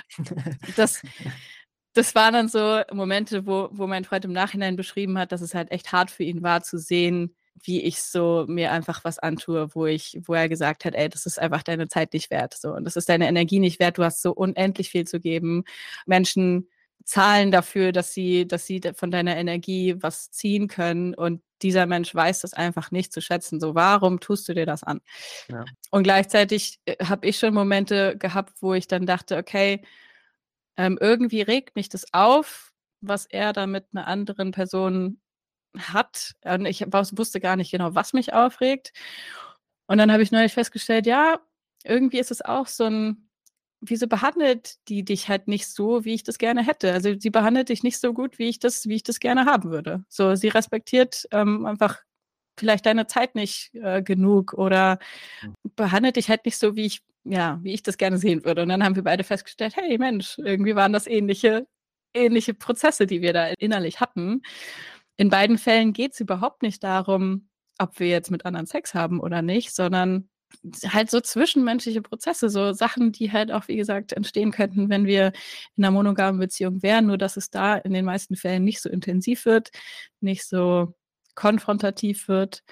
Das, das waren dann so Momente, wo, wo mein Freund im Nachhinein beschrieben hat, dass es halt echt hart für ihn war zu sehen, wie ich so mir einfach was antue, wo ich, wo er gesagt hat, ey, das ist einfach deine Zeit nicht wert, so, und das ist deine Energie nicht wert, du hast so unendlich viel zu geben. Menschen zahlen dafür, dass sie, dass sie von deiner Energie was ziehen können und dieser Mensch weiß das einfach nicht zu schätzen. So, warum tust du dir das an? Ja. Und gleichzeitig habe ich schon Momente gehabt, wo ich dann dachte, okay, ähm, irgendwie regt mich das auf, was er da mit einer anderen Person hat. Und ich wusste gar nicht genau, was mich aufregt. Und dann habe ich neulich festgestellt, ja, irgendwie ist es auch so ein, wieso behandelt die dich halt nicht so, wie ich das gerne hätte? Also sie behandelt dich nicht so gut, wie ich das, wie ich das gerne haben würde. So, sie respektiert ähm, einfach vielleicht deine Zeit nicht äh, genug oder behandelt dich halt nicht so, wie ich, ja, wie ich das gerne sehen würde. Und dann haben wir beide festgestellt, hey Mensch, irgendwie waren das ähnliche, ähnliche Prozesse, die wir da innerlich hatten. In beiden Fällen geht es überhaupt nicht darum, ob wir jetzt mit anderen Sex haben oder nicht, sondern halt so zwischenmenschliche Prozesse, so Sachen, die halt auch, wie gesagt, entstehen könnten, wenn wir in einer monogamen Beziehung wären, nur dass es da in den meisten Fällen nicht so intensiv wird, nicht so konfrontativ wird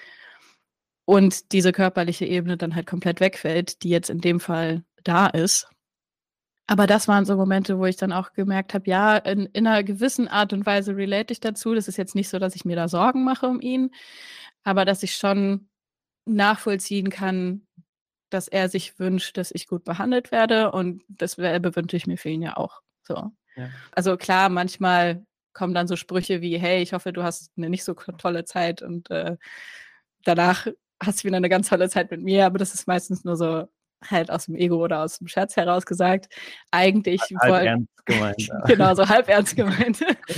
und diese körperliche Ebene dann halt komplett wegfällt, die jetzt in dem Fall da ist. Aber das waren so Momente, wo ich dann auch gemerkt habe, ja, in, in einer gewissen Art und Weise relate ich dazu. Das ist jetzt nicht so, dass ich mir da Sorgen mache um ihn, aber dass ich schon nachvollziehen kann, dass er sich wünscht, dass ich gut behandelt werde und dasselbe wünsche ich mir für ihn ja auch. So. Ja. Also klar, manchmal kommen dann so Sprüche wie, hey, ich hoffe, du hast eine nicht so tolle Zeit und äh, danach hast du wieder eine ganz tolle Zeit mit mir, aber das ist meistens nur so halt aus dem Ego oder aus dem Scherz heraus gesagt. Eigentlich halb wollt, ernst gemeint. Ja. Genau, so halb ernst gemeint.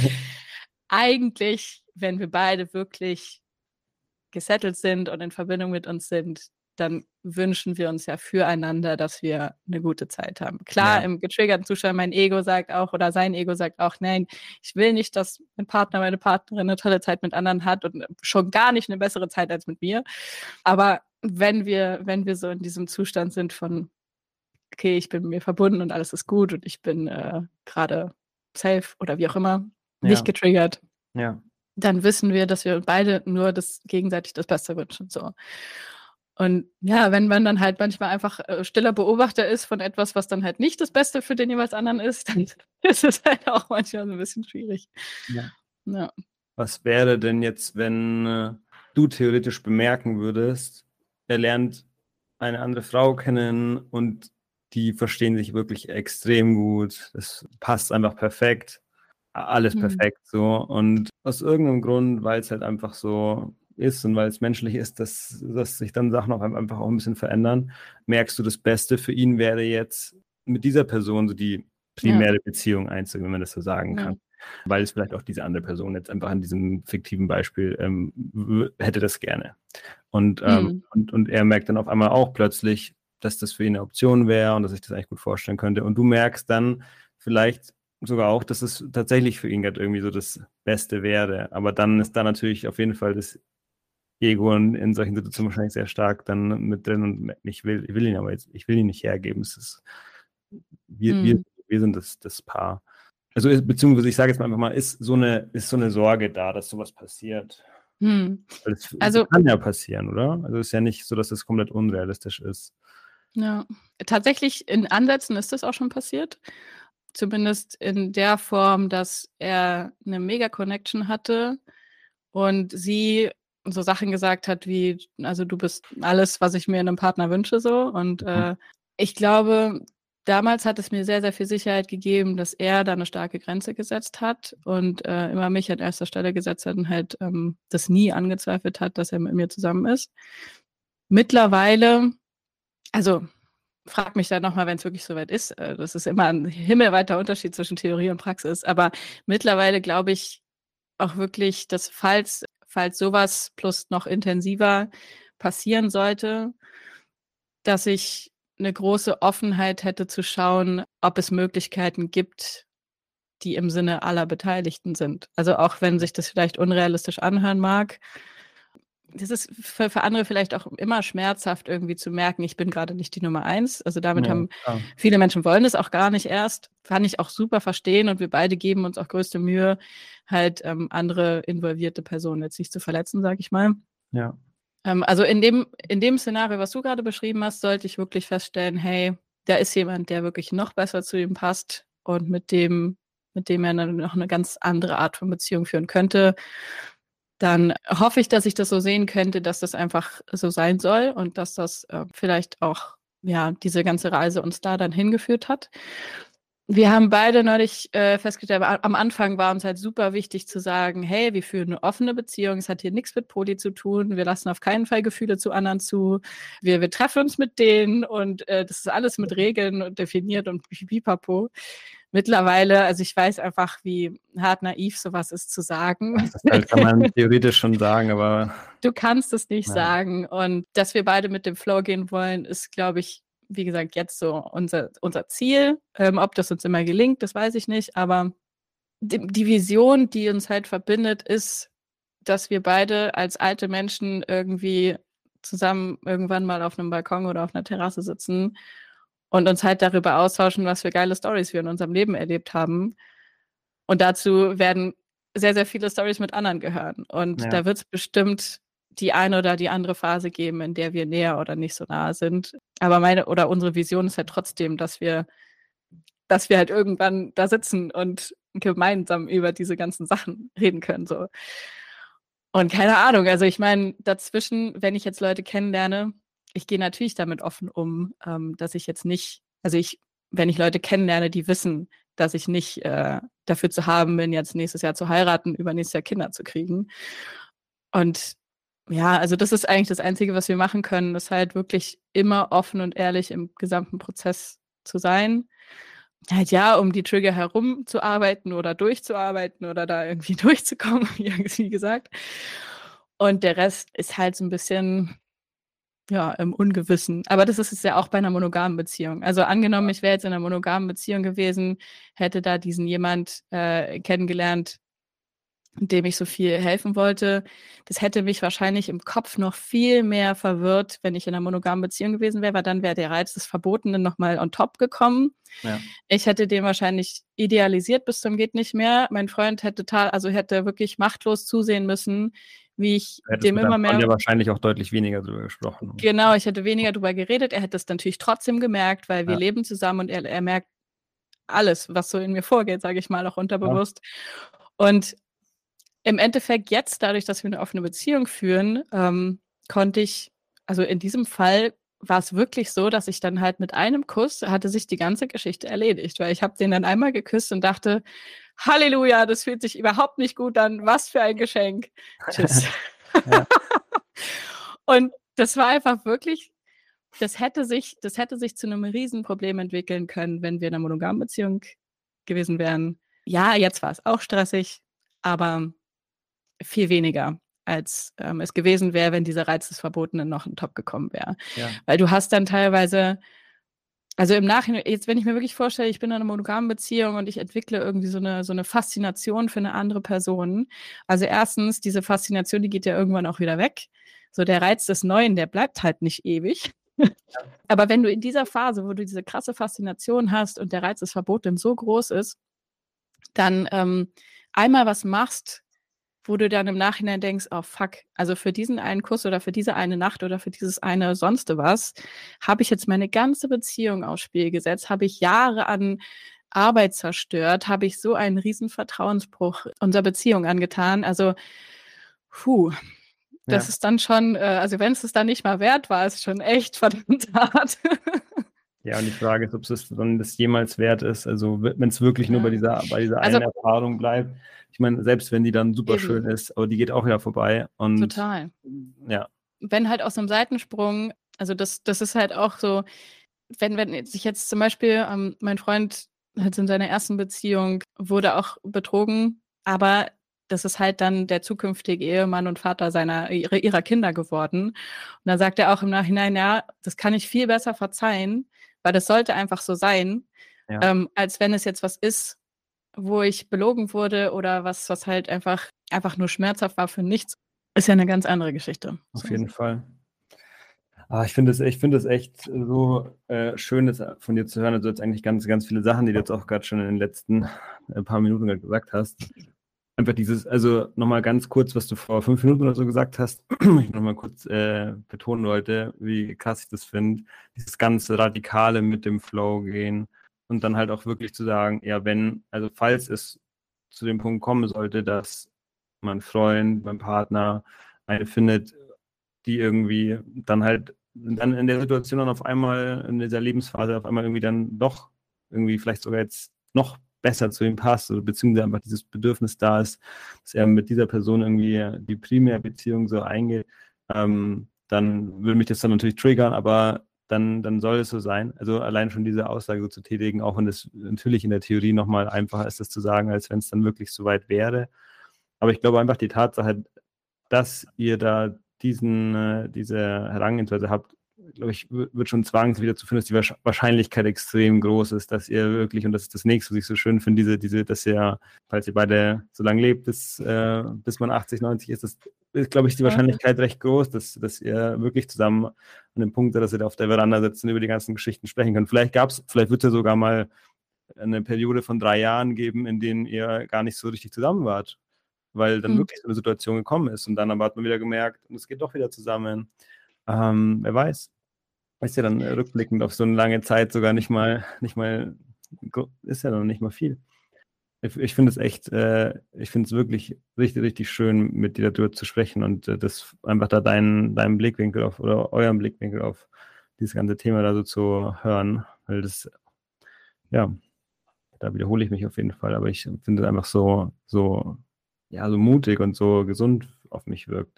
Eigentlich, wenn wir beide wirklich gesettelt sind und in Verbindung mit uns sind, dann wünschen wir uns ja füreinander, dass wir eine gute Zeit haben. Klar, ja. Im getriggerten Zustand, mein Ego sagt auch, oder sein Ego sagt auch, nein, ich will nicht, dass mein Partner, meine Partnerin eine tolle Zeit mit anderen hat und schon gar nicht eine bessere Zeit als mit mir. Aber wenn wir, wenn wir so in diesem Zustand sind von, okay, ich bin mit mir verbunden und alles ist gut und ich bin äh, gerade safe oder wie auch immer, nicht ja. getriggert, ja. dann wissen wir, dass wir beide nur das gegenseitig das Beste wünschen. So. Und ja, wenn man dann halt manchmal einfach äh, stiller Beobachter ist von etwas, was dann halt nicht das Beste für den jeweils anderen ist, dann ist es halt auch manchmal so ein bisschen schwierig. Ja. Ja. Was wäre denn jetzt, wenn äh, du theoretisch bemerken würdest, er lernt eine andere Frau kennen und die verstehen sich wirklich extrem gut, das passt einfach perfekt, alles perfekt mhm. so, und aus irgendeinem Grund, weil es halt einfach so ist und weil es menschlich ist, dass, dass sich dann Sachen auch einfach auch ein bisschen verändern, merkst du, das Beste für ihn wäre jetzt mit dieser Person so die primäre ja. Beziehung einzugehen, wenn man das so sagen ja. kann. weil es vielleicht auch diese andere Person jetzt einfach in diesem fiktiven Beispiel ähm, w- hätte das gerne. Und, ähm, Hm. und, und er merkt dann auf einmal auch plötzlich, dass das für ihn eine Option wäre und dass ich das eigentlich gut vorstellen könnte. Und du merkst dann vielleicht sogar auch, dass es tatsächlich für ihn gerade irgendwie so das Beste wäre. Aber dann ist da natürlich auf jeden Fall das Ego in, in solchen Situationen wahrscheinlich sehr stark dann mit drin und ich will, ich will ihn aber jetzt, ich will ihn nicht hergeben. Es ist, wir, wir, Hm. wir sind das, das Paar. Also ist, beziehungsweise ich sage jetzt mal einfach mal, ist so eine, ist so eine Sorge da, dass sowas passiert? Hm. Weil es Also, kann ja passieren, oder? Also es ist ja nicht so, dass es komplett unrealistisch ist. ja, tatsächlich in Ansätzen ist das auch schon passiert. Zumindest in der Form, dass er eine Mega-Connection hatte und sie so Sachen gesagt hat wie, also du bist alles, was ich mir in einem Partner wünsche, so. Und Mhm. äh, ich glaube, damals hat es mir sehr, sehr viel Sicherheit gegeben, dass er da eine starke Grenze gesetzt hat und äh, immer mich an erster Stelle gesetzt hat und halt ähm, das nie angezweifelt hat, dass er mit mir zusammen ist. Mittlerweile, also frag mich dann nochmal, wenn es wirklich soweit ist. Äh, Das ist immer ein himmelweiter Unterschied zwischen Theorie und Praxis. Aber mittlerweile glaube ich auch wirklich, dass falls, falls sowas plus noch intensiver passieren sollte, dass ich eine große Offenheit hätte zu schauen, ob es Möglichkeiten gibt, die im Sinne aller Beteiligten sind. Also auch wenn sich das vielleicht unrealistisch anhören mag, das ist für, für andere vielleicht auch immer schmerzhaft irgendwie zu merken, ich bin gerade nicht die Nummer eins. Also damit Ja, haben klar. viele Menschen wollen es auch gar nicht erst. Kann ich auch super verstehen und wir beide geben uns auch größte Mühe, halt ähm, andere involvierte Personen jetzt nicht zu verletzen, sage ich mal. Ja. Ähm, also in dem, in dem Szenario, was du gerade beschrieben hast, sollte ich wirklich feststellen, hey, da ist jemand, der wirklich noch besser zu ihm passt und mit dem, mit dem er dann noch eine ganz andere Art von Beziehung führen könnte. Dann hoffe ich, dass ich das so sehen könnte, dass das einfach so sein soll und dass das äh, vielleicht auch, ja, diese ganze Reise uns da dann hingeführt hat. Wir haben beide neulich äh, festgestellt, aber am Anfang war uns halt super wichtig zu sagen, hey, wir führen eine offene Beziehung, es hat hier nichts mit Poly zu tun, wir lassen auf keinen Fall Gefühle zu anderen zu, wir, wir treffen uns mit denen und äh, das ist alles mit Regeln und definiert und pipapo. Mittlerweile, also ich weiß einfach, wie hart naiv sowas ist zu sagen. Das halt kann man theoretisch schon sagen, aber Du kannst es nicht ja. sagen. Und dass wir beide mit dem Flow gehen wollen, ist, glaube ich, wie gesagt, jetzt so unser, unser Ziel. Ähm, ob das uns immer gelingt, das weiß ich nicht. Aber die, die Vision, die uns halt verbindet, ist, dass wir beide als alte Menschen irgendwie zusammen irgendwann mal auf einem Balkon oder auf einer Terrasse sitzen und uns halt darüber austauschen, was für geile Storys wir in unserem Leben erlebt haben. Und dazu werden sehr, sehr viele Storys mit anderen gehören. Und Ja. da wird es bestimmt die eine oder die andere Phase geben, in der wir näher oder nicht so nahe sind. Aber meine oder unsere Vision ist halt trotzdem, dass wir, dass wir halt irgendwann da sitzen und gemeinsam über diese ganzen Sachen reden können. So. Und keine Ahnung, also ich meine, dazwischen, wenn ich jetzt Leute kennenlerne, ich gehe natürlich damit offen um, ähm, dass ich jetzt nicht, also ich, wenn ich Leute kennenlerne, die wissen, dass ich nicht äh, dafür zu haben bin, jetzt nächstes Jahr zu heiraten, übernächstes Jahr Kinder zu kriegen. Und ja, also das ist eigentlich das Einzige, was wir machen können, ist halt wirklich immer offen und ehrlich im gesamten Prozess zu sein. Halt ja, um die Trigger herumzuarbeiten oder durchzuarbeiten oder da irgendwie durchzukommen, wie gesagt. Und der Rest ist halt so ein bisschen, ja, im Ungewissen. Aber das ist es ja auch bei einer monogamen Beziehung. Also angenommen, ich wäre jetzt in einer monogamen Beziehung gewesen, hätte da diesen jemand äh, kennengelernt, dem ich so viel helfen wollte. Das hätte mich wahrscheinlich im Kopf noch viel mehr verwirrt, wenn ich in einer monogamen Beziehung gewesen wäre, weil dann wäre der Reiz des Verbotenen nochmal on top gekommen. Ja. Ich hätte den wahrscheinlich idealisiert bis zum geht nicht mehr. Mein Freund hätte total, also hätte wirklich machtlos zusehen müssen, wie ich Du hättest dem mit deinem immer Freund ja mehr, wahrscheinlich auch deutlich weniger darüber gesprochen. genau, ich hätte weniger drüber geredet. Er hätte es natürlich trotzdem gemerkt, weil wir Ja. leben zusammen und er, er merkt alles, was so in mir vorgeht, sage ich mal, auch unterbewusst. Und im Endeffekt jetzt, dadurch, dass wir eine offene Beziehung führen, ähm, konnte ich, also in diesem Fall war es wirklich so, dass ich dann halt mit einem Kuss hatte sich die ganze Geschichte erledigt, weil ich habe den dann einmal geküsst und dachte, Halleluja, das fühlt sich überhaupt nicht gut an, was für ein Geschenk. Tschüss. Ja. Und das war einfach wirklich, das hätte sich, das hätte sich zu einem Riesenproblem entwickeln können, wenn wir in einer monogamen Beziehung gewesen wären. ja, jetzt war es auch stressig, aber viel weniger, als ähm, es gewesen wäre, wenn dieser Reiz des Verbotenen noch on top gekommen wäre. Ja. Weil du hast dann teilweise, also im Nachhinein, jetzt wenn ich mir wirklich vorstelle, ich bin in einer monogamen Beziehung und ich entwickle irgendwie so eine, so eine Faszination für eine andere Person. Also erstens, diese Faszination, die geht ja irgendwann auch wieder weg. So der Reiz des Neuen, der bleibt halt nicht ewig. Aber wenn du in dieser Phase, wo du diese krasse Faszination hast und der Reiz des Verbotenen so groß ist, dann ähm, einmal was machst, wo du dann im Nachhinein denkst, oh fuck, also für diesen einen Kuss oder für diese eine Nacht oder für dieses eine sonst was, habe ich jetzt meine ganze Beziehung aufs Spiel gesetzt, habe ich Jahre an Arbeit zerstört, habe ich so einen riesen Vertrauensbruch unserer Beziehung angetan. Also, puh, das Ja. ist dann schon, äh, also wenn es es dann nicht mal wert war, ist schon echt verdammt hart. Ja, und die Frage ist, ob es dann das jemals wert ist. Also wenn es wirklich nur bei Ja. dieser, bei dieser Also- einen Erfahrung bleibt. Ich meine, selbst wenn die dann super Eben. schön ist, aber die geht auch wieder vorbei. Und Total. ja, Wenn halt aus einem Seitensprung, also das, das ist halt auch so, wenn, wenn sich jetzt zum Beispiel, ähm, mein Freund hat in seiner ersten Beziehung, wurde auch betrogen, aber das ist halt dann der zukünftige Ehemann und Vater seiner, ihrer, ihrer Kinder geworden. Und da sagt er auch im Nachhinein, ja, das kann ich viel besser verzeihen, weil das sollte einfach so sein, ja. ähm, als wenn es jetzt was ist, wo ich belogen wurde oder was, was halt einfach, einfach nur schmerzhaft war für nichts. Ist ja eine ganz andere Geschichte. Auf So. jeden Fall. Ah, ich finde es ich finde es echt so äh, schön, das von dir zu hören. Also jetzt eigentlich ganz, ganz viele Sachen, die du jetzt auch gerade schon in den letzten äh, paar Minuten gesagt hast. Einfach dieses, also nochmal ganz kurz, was du vor fünf Minuten oder so gesagt hast, ich nochmal kurz äh, betonen wollte, wie krass ich das finde, dieses ganze Radikale mit dem Flow gehen und dann halt auch wirklich zu sagen, ja, wenn, also falls es zu dem Punkt kommen sollte, dass mein Freund, mein Partner eine findet, die irgendwie dann halt dann in der Situation dann auf einmal, in dieser Lebensphase auf einmal irgendwie dann doch irgendwie vielleicht sogar jetzt noch besser zu ihm passt oder beziehungsweise einfach dieses Bedürfnis da ist, dass er mit dieser Person irgendwie die Primärbeziehung so eingeht, ähm, dann würde mich das dann natürlich triggern, aber dann, dann soll es so sein. Also allein schon diese Aussage so zu tätigen, auch wenn es natürlich in der Theorie nochmal einfacher ist, das zu sagen, als wenn es dann wirklich so weit wäre. Aber ich glaube einfach die Tatsache, dass ihr da diesen, äh, diese Herangehensweise habt, glaube ich, wird schon zwangsläufig dazu führen, dass die Wahrscheinlichkeit extrem groß ist, dass ihr wirklich, und das ist das Nächste, was ich so schön finde, diese, diese, dass ihr, falls ihr beide so lange lebt, bis, äh, bis man achtzig, neunzig ist, das ist, glaube ich, die Wahrscheinlichkeit recht groß, dass, dass ihr wirklich zusammen an dem Punkt seid, dass ihr da auf der Veranda sitzt und über die ganzen Geschichten sprechen könnt. Vielleicht gab's, vielleicht wird es ja sogar mal eine Periode von drei Jahren geben, in denen ihr gar nicht so richtig zusammen wart, weil dann hm. wirklich so eine Situation gekommen ist und dann aber hat man wieder gemerkt, es geht doch wieder zusammen. Ähm, wer weiß. Ist ja dann rückblickend auf so eine lange Zeit sogar nicht mal, nicht mal, ist ja noch nicht mal viel. Ich, ich finde es echt, äh, ich finde es wirklich richtig, richtig schön, mit dir darüber zu sprechen und äh, das einfach da deinen, deinen Blickwinkel auf oder euren Blickwinkel auf dieses ganze Thema da so zu hören, weil das, ja, da wiederhole ich mich auf jeden Fall, aber ich finde es einfach so, so, ja, so mutig und so gesund auf mich wirkt.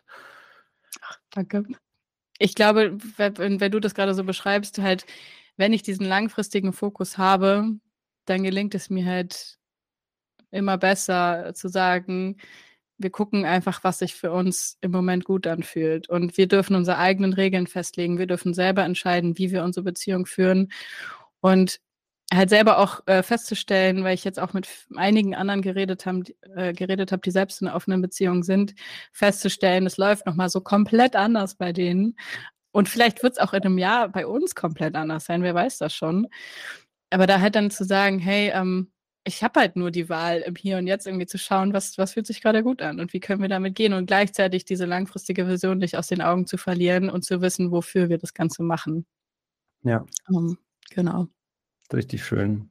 Ach, danke. Ich glaube, wenn, wenn du das gerade so beschreibst, halt, wenn ich diesen langfristigen Fokus habe, dann gelingt es mir halt immer besser zu sagen, wir gucken einfach, was sich für uns im Moment gut anfühlt. Und wir dürfen unsere eigenen Regeln festlegen. Wir dürfen selber entscheiden, wie wir unsere Beziehung führen. Und halt selber auch äh, festzustellen, weil ich jetzt auch mit einigen anderen geredet habe, äh, geredet habe, die selbst in einer offenen Beziehung sind, festzustellen, es läuft nochmal so komplett anders bei denen. Und vielleicht wird es auch in einem Jahr bei uns komplett anders sein, wer weiß das schon. Aber da halt dann zu sagen, hey, ähm, ich habe halt nur die Wahl, im Hier und Jetzt irgendwie zu schauen, was, was fühlt sich gerade gut an und wie können wir damit gehen und gleichzeitig diese langfristige Vision nicht aus den Augen zu verlieren und zu wissen, wofür wir das Ganze machen. Ja. Um, genau. Richtig schön.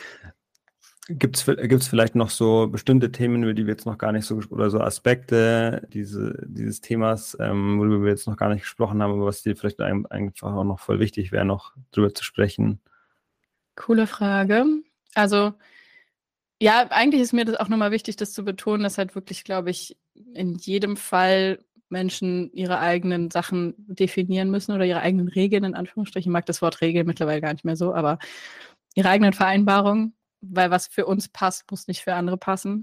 Gibt es gibt's vielleicht noch so bestimmte Themen, über die wir jetzt noch gar nicht so, oder so Aspekte diese, dieses Themas, ähm, worüber wir jetzt noch gar nicht gesprochen haben, aber was dir vielleicht einfach auch noch voll wichtig wäre, noch drüber zu sprechen? Coole Frage. Also, ja, eigentlich ist mir das auch nochmal wichtig, das zu betonen, dass halt wirklich, glaube ich, in jedem Fall Menschen ihre eigenen Sachen definieren müssen oder ihre eigenen Regeln, in Anführungsstrichen. Ich mag das Wort Regel mittlerweile gar nicht mehr so, aber ihre eigenen Vereinbarungen. weil was für uns passt, muss nicht für andere passen.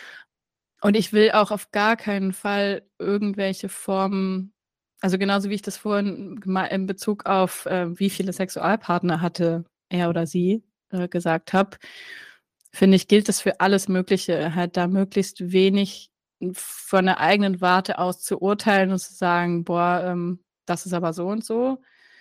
Und ich will auch auf gar keinen Fall irgendwelche Formen, also genauso wie ich das vorhin in Bezug auf, äh, wie viele Sexualpartner hatte er oder sie, äh, gesagt habe, finde ich, gilt das für alles Mögliche, halt da möglichst wenig von der eigenen Warte aus zu urteilen und zu sagen, boah, ähm, das ist aber so und so,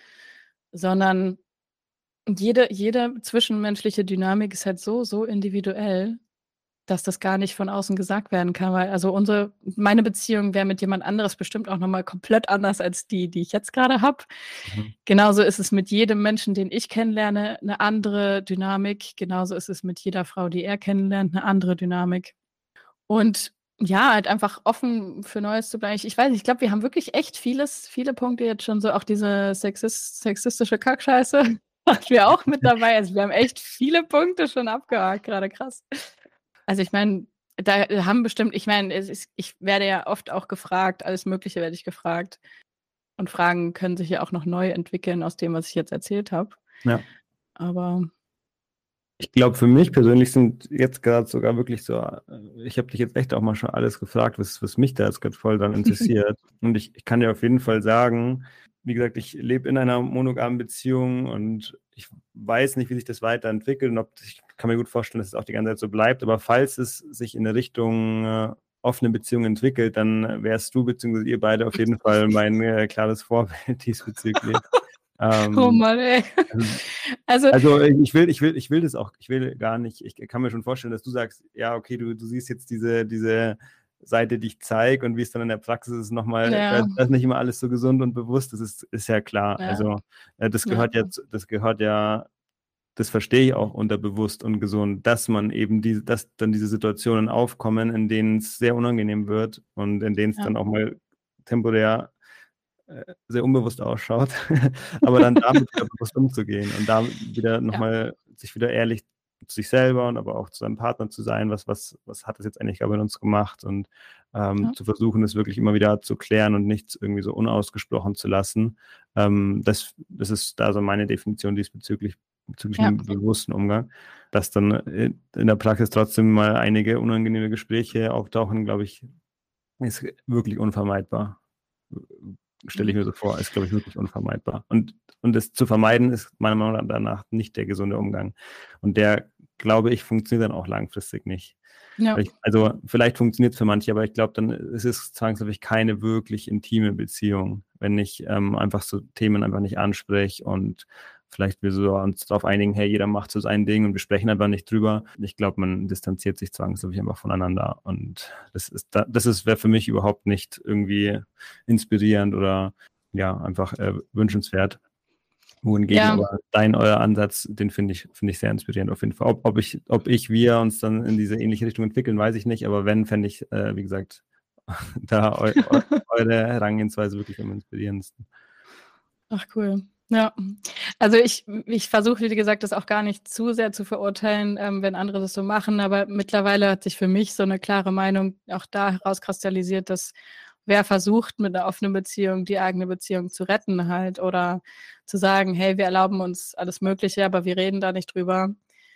sondern jede, jede zwischenmenschliche Dynamik ist halt so, so individuell, dass das gar nicht von außen gesagt werden kann, weil also unsere meine Beziehung wäre mit jemand anderes bestimmt auch noch mal komplett anders als die, die ich jetzt gerade habe. Mhm. Genauso ist es mit jedem Menschen, den ich kennenlerne, eine andere Dynamik. Genauso ist es mit jeder Frau, die er kennenlernt, eine andere Dynamik. Und ja, halt einfach offen für Neues zu bleiben. Ich ich weiß nicht, ich glaube, wir haben wirklich echt vieles viele Punkte jetzt schon so auch diese sexis sexistische Kackscheiße hatten wir auch mit dabei. Also, wir haben echt viele Punkte schon abgehakt grade, krass. Also, ich meine, da haben bestimmt ich meine, es ist ich werde ja oft auch gefragt, alles Mögliche werde ich gefragt. Und Fragen können sich ja auch noch neu entwickeln aus dem, was ich jetzt erzählt habe. Ja. Aber Ich glaube, für mich persönlich sind jetzt gerade sogar wirklich so, äh, ich habe dich jetzt echt auch mal schon alles gefragt, was, was mich da jetzt gerade voll dann interessiert. Und ich, ich kann dir auf jeden Fall sagen, wie gesagt, ich lebe in einer monogamen Beziehung und ich weiß nicht, wie sich das weiterentwickelt und ob ich kann mir gut vorstellen, dass es auch die ganze Zeit so bleibt. Aber falls es sich in eine Richtung äh, offene Beziehung entwickelt, dann wärst du bzw. ihr beide auf jeden Fall mein äh, klares Vorbild diesbezüglich. oh Ähm, Mann, ey. also, Also also ich will, ich will, ich will das auch, ich will gar nicht, ich kann mir schon vorstellen, dass du sagst, ja, okay, du, du siehst jetzt diese, diese Seite, die ich zeige und wie es dann in der Praxis ist, nochmal, da ja, da ist nicht immer alles so gesund und bewusst, das ist, ist ja klar. ja, Also äh, das ja, gehört ja, zu- das gehört ja, das verstehe ich auch unter bewusst und gesund, dass man eben diese, dass dann diese Situationen aufkommen, in denen es sehr unangenehm wird und in denen es ja. dann auch mal temporär äh, sehr unbewusst ausschaut, aber dann damit wieder bewusst umzugehen und da wieder Ja, nochmal sich wieder ehrlich zu sich selber und aber auch zu seinem Partner zu sein, was, was, was hat das jetzt eigentlich bei uns gemacht und ähm, ja, zu versuchen, es wirklich immer wieder zu klären und nichts irgendwie so unausgesprochen zu lassen. Ähm, das, das ist da so meine Definition diesbezüglich, bezüglich ja, einem bewussten Umgang, dass dann in der Praxis trotzdem mal einige unangenehme Gespräche auftauchen, glaube ich, ist wirklich unvermeidbar. Stelle ich mhm. mir so vor, ist, glaube ich, wirklich unvermeidbar. Und, und das zu vermeiden, ist meiner Meinung nach nicht der gesunde Umgang. Und der, glaube ich, funktioniert dann auch langfristig nicht. Ja, Weil ich, also vielleicht funktioniert es für manche, aber ich glaube, dann ist es zwangsläufig keine wirklich intime Beziehung, wenn ich ähm, einfach so Themen einfach nicht anspreche und vielleicht wir so uns darauf einigen, hey, jeder macht so sein Ding und wir sprechen einfach nicht drüber. Ich glaube, man distanziert sich zwangsläufig einfach voneinander. Und das ist, das ist, wäre für mich überhaupt nicht irgendwie inspirierend oder ja, einfach äh, wünschenswert. Wohingegen ja, aber dein, euer Ansatz, den finde ich, finde ich sehr inspirierend auf jeden Fall. Ob, ob ich, ob ich, wir uns dann in diese ähnliche Richtung entwickeln, weiß ich nicht, aber wenn, fände ich, äh, wie gesagt, da eu, eu, eure Herangehensweise wirklich am inspirierendsten. ach cool. Ja, also ich ich versuche, wie gesagt, das auch gar nicht zu sehr zu verurteilen, ähm, wenn andere das so machen, aber mittlerweile hat sich für mich so eine klare Meinung auch da herauskristallisiert, dass wer versucht, mit einer offenen Beziehung die eigene Beziehung zu retten halt oder zu sagen: „Hey, wir erlauben uns alles Mögliche, aber wir reden da nicht drüber.“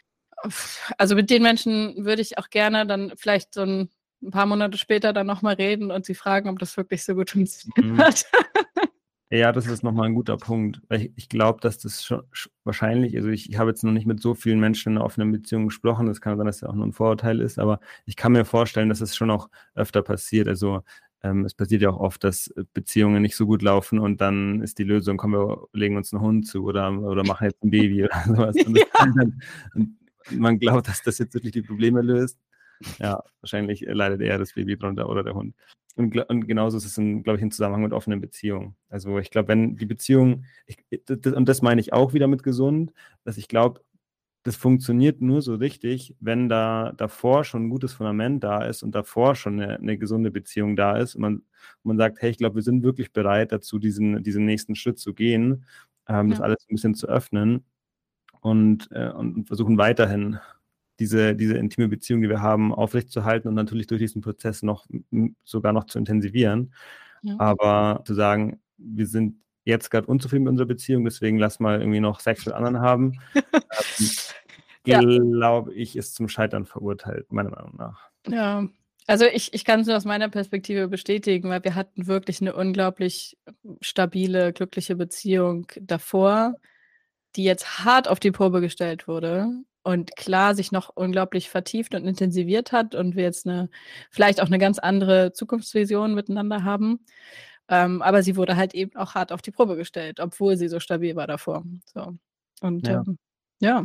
Also, mit den Menschen würde ich auch gerne dann vielleicht so 'n 'n paar Monate später dann noch mal reden und sie fragen, ob das wirklich so gut funktioniert Mhm. hat. Ja, das ist nochmal ein guter Punkt, weil ich, ich glaube, dass das schon sch- wahrscheinlich, also ich, ich habe jetzt noch nicht mit so vielen Menschen in einer offenen Beziehung gesprochen, das kann sein, dass das auch nur ein Vorurteil ist, aber ich kann mir vorstellen, dass es schon auch öfter passiert. Also ähm, es passiert ja auch oft, dass Beziehungen nicht so gut laufen und dann ist die Lösung, komm, wir legen uns einen Hund zu oder, oder machen jetzt ein Baby oder sowas. Und, das Ja. dann, und man glaubt, dass das jetzt wirklich die Probleme löst. Ja, wahrscheinlich leidet eher das Baby drunter oder der Hund. Und, und genauso ist es, glaube ich, im Zusammenhang mit offenen Beziehungen. Also ich glaube, wenn die Beziehung, ich, das, und das meine ich auch wieder mit gesund, dass ich glaube, das funktioniert nur so richtig, wenn da davor schon ein gutes Fundament da ist und davor schon eine, eine gesunde Beziehung da ist und man, und man sagt, hey, ich glaube, wir sind wirklich bereit dazu, diesen, diesen nächsten Schritt zu gehen, ähm, das Ja, alles ein bisschen zu öffnen und, äh, und versuchen weiterhin diese, diese intime Beziehung, die wir haben, aufrechtzuerhalten und natürlich durch diesen Prozess noch m- sogar noch zu intensivieren. ja. Aber zu sagen, wir sind jetzt gerade unzufrieden mit unserer Beziehung, deswegen lass mal irgendwie noch Sex mit anderen haben, ähm, Ja. glaube ich, ist zum Scheitern verurteilt, meiner Meinung nach. Ja, also ich, ich kann es nur aus meiner Perspektive bestätigen, weil wir hatten wirklich eine unglaublich stabile, glückliche Beziehung davor, die jetzt hart auf die Probe gestellt wurde und klar sich noch unglaublich vertieft und intensiviert hat und wir jetzt eine, vielleicht auch eine ganz andere Zukunftsvision miteinander haben. Ähm, aber sie wurde halt eben auch hart auf die Probe gestellt, obwohl sie so stabil war davor. So. Und Ja. ähm, ja.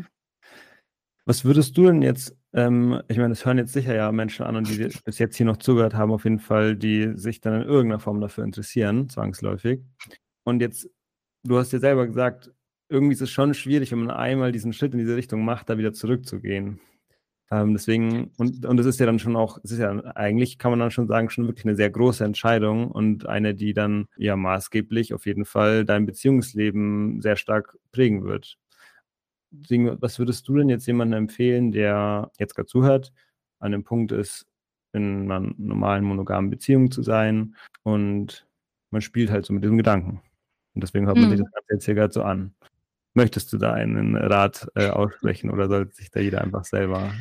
Was würdest du denn jetzt, ähm, ich meine, das hören jetzt sicher ja Menschen an und die bis jetzt hier noch zugehört haben, auf jeden Fall, die sich dann in irgendeiner Form dafür interessieren, zwangsläufig. Und jetzt, du hast ja selber gesagt, irgendwie ist es schon schwierig, wenn man einmal diesen Schritt in diese Richtung macht, da wieder zurückzugehen. Ähm, deswegen, und, und es ist ja dann schon auch, es ist ja eigentlich, kann man dann schon sagen, schon wirklich eine sehr große Entscheidung und eine, die dann ja maßgeblich auf jeden Fall dein Beziehungsleben sehr stark prägen wird. Deswegen, was würdest du denn jetzt jemandem empfehlen, der jetzt gerade zuhört, an dem Punkt ist, in einer normalen monogamen Beziehung zu sein und man spielt halt so mit diesem Gedanken. Und deswegen hört man sich Hm. das Ganze jetzt hier gerade so an. Möchtest du da einen Rat äh, aussprechen oder sollte sich da jeder einfach selber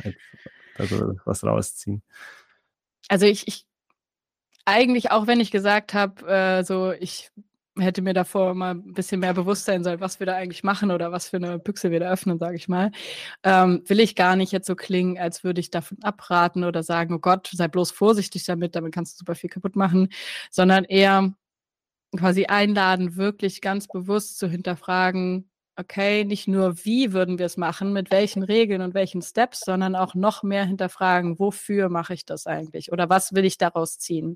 also was rausziehen? Also ich, ich eigentlich auch, wenn ich gesagt habe, äh, so ich hätte mir davor mal ein bisschen mehr bewusst sein sollen, was wir da eigentlich machen oder was für eine Büchse wir da öffnen, sage ich mal, ähm, will ich gar nicht jetzt so klingen, als würde ich davon abraten oder sagen, oh Gott, sei bloß vorsichtig damit, damit kannst du super viel kaputt machen, sondern eher quasi einladen, wirklich ganz bewusst zu hinterfragen, okay, nicht nur wie würden wir es machen, mit welchen Regeln und welchen Steps, sondern auch noch mehr hinterfragen, wofür mache ich das eigentlich oder was will ich daraus ziehen?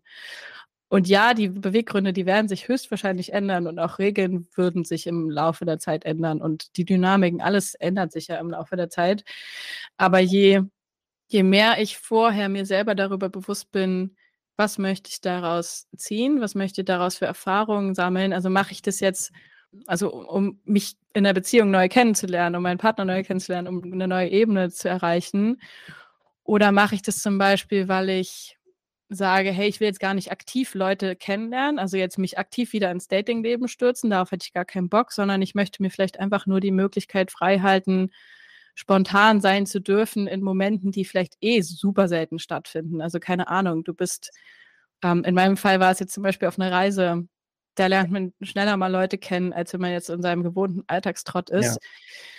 Und ja, die Beweggründe, die werden sich höchstwahrscheinlich ändern und auch Regeln würden sich im Laufe der Zeit ändern und die Dynamiken, alles ändert sich ja im Laufe der Zeit. Aber je, je mehr ich vorher mir selber darüber bewusst bin, was möchte ich daraus ziehen, was möchte ich daraus für Erfahrungen sammeln, also mache ich das jetzt, also um mich in der Beziehung neu kennenzulernen, um meinen Partner neu kennenzulernen, um eine neue Ebene zu erreichen, oder mache ich das zum Beispiel, weil ich sage, hey, ich will jetzt gar nicht aktiv Leute kennenlernen, also jetzt mich aktiv wieder ins Datingleben stürzen, darauf hätte ich gar keinen Bock, sondern ich möchte mir vielleicht einfach nur die Möglichkeit freihalten, spontan sein zu dürfen in Momenten, die vielleicht eh super selten stattfinden. Also keine Ahnung, du bist, ähm, in meinem Fall war es jetzt zum Beispiel auf einer Reise, da lernt man schneller mal Leute kennen, als wenn man jetzt in seinem gewohnten Alltagstrott ist. Ja.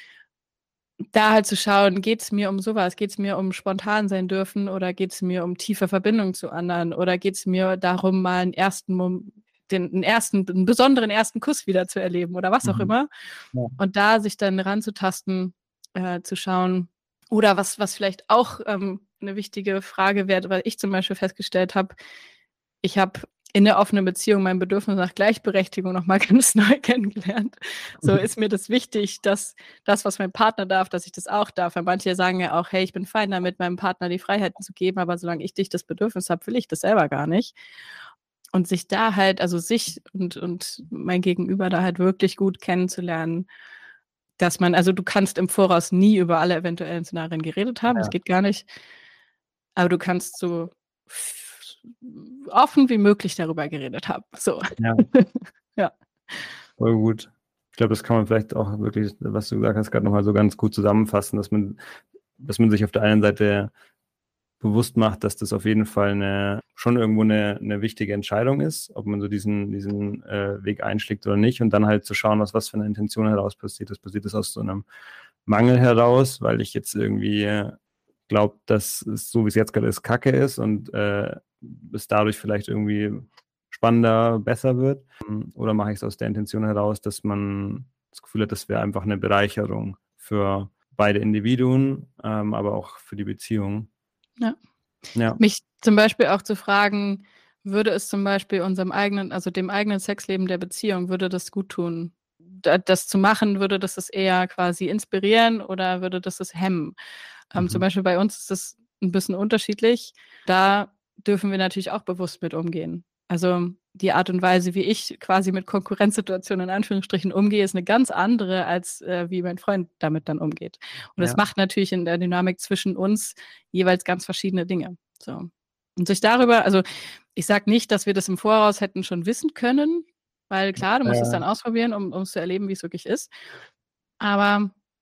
Da halt zu schauen, geht es mir um sowas, geht es mir um spontan sein dürfen oder geht es mir um tiefe Verbindung zu anderen oder geht es mir darum, mal einen ersten Mom- den einen ersten, einen besonderen ersten Kuss wieder zu erleben oder was auch Mhm. immer. Ja. Und da sich dann ranzutasten, äh, zu schauen. Oder was, was vielleicht auch ähm, eine wichtige Frage wäre, weil ich zum Beispiel festgestellt habe, ich habe in der offenen Beziehung mein Bedürfnis nach Gleichberechtigung nochmal ganz neu kennengelernt. So ist mir das wichtig, dass das, was mein Partner darf, dass ich das auch darf. Weil manche sagen ja auch, hey, ich bin fein damit, meinem Partner die Freiheiten zu geben, aber solange ich dich das Bedürfnis habe, will ich das selber gar nicht. Und sich da halt, also sich und, und mein Gegenüber da halt wirklich gut kennenzulernen, dass man, also du kannst im Voraus nie über alle eventuellen Szenarien geredet haben, Ja. das geht gar nicht. Aber du kannst so offen wie möglich darüber geredet haben. So. Ja. Ja. Voll gut. Ich glaube, das kann man vielleicht auch wirklich, was du gesagt hast, gerade nochmal so ganz gut zusammenfassen, dass man, dass man sich auf der einen Seite bewusst macht, dass das auf jeden Fall eine, schon irgendwo eine, eine wichtige Entscheidung ist, ob man so diesen, diesen äh, Weg einschlägt oder nicht und dann halt zu schauen, was, was für eine Intention heraus passiert ist. Passiert das aus so einem Mangel heraus, weil ich jetzt irgendwie glaube, dass es so, wie es jetzt gerade ist, Kacke ist und äh, es dadurch vielleicht irgendwie spannender, besser wird? Oder mache ich es aus der Intention heraus, dass man das Gefühl hat, das wäre einfach eine Bereicherung für beide Individuen, ähm, aber auch für die Beziehung? Ja. Ja. Mich zum Beispiel auch zu fragen, würde es zum Beispiel unserem eigenen, also dem eigenen Sexleben der Beziehung, würde das gut tun? Da, das zu machen, würde das es eher quasi inspirieren oder würde das es hemmen? Ähm, Mhm. Zum Beispiel bei uns ist das ein bisschen unterschiedlich. Da dürfen wir natürlich auch bewusst mit umgehen. Also die Art und Weise, wie ich quasi mit Konkurrenzsituationen in Anführungsstrichen umgehe, ist eine ganz andere, als äh, wie mein Freund damit dann umgeht. Und das Ja. macht natürlich in der Dynamik zwischen uns jeweils ganz verschiedene Dinge. So. Und sich darüber, also ich sage nicht, dass wir das im Voraus hätten schon wissen können, weil klar, du musst es Äh, dann ausprobieren, um um es zu erleben, wie es wirklich ist. Aber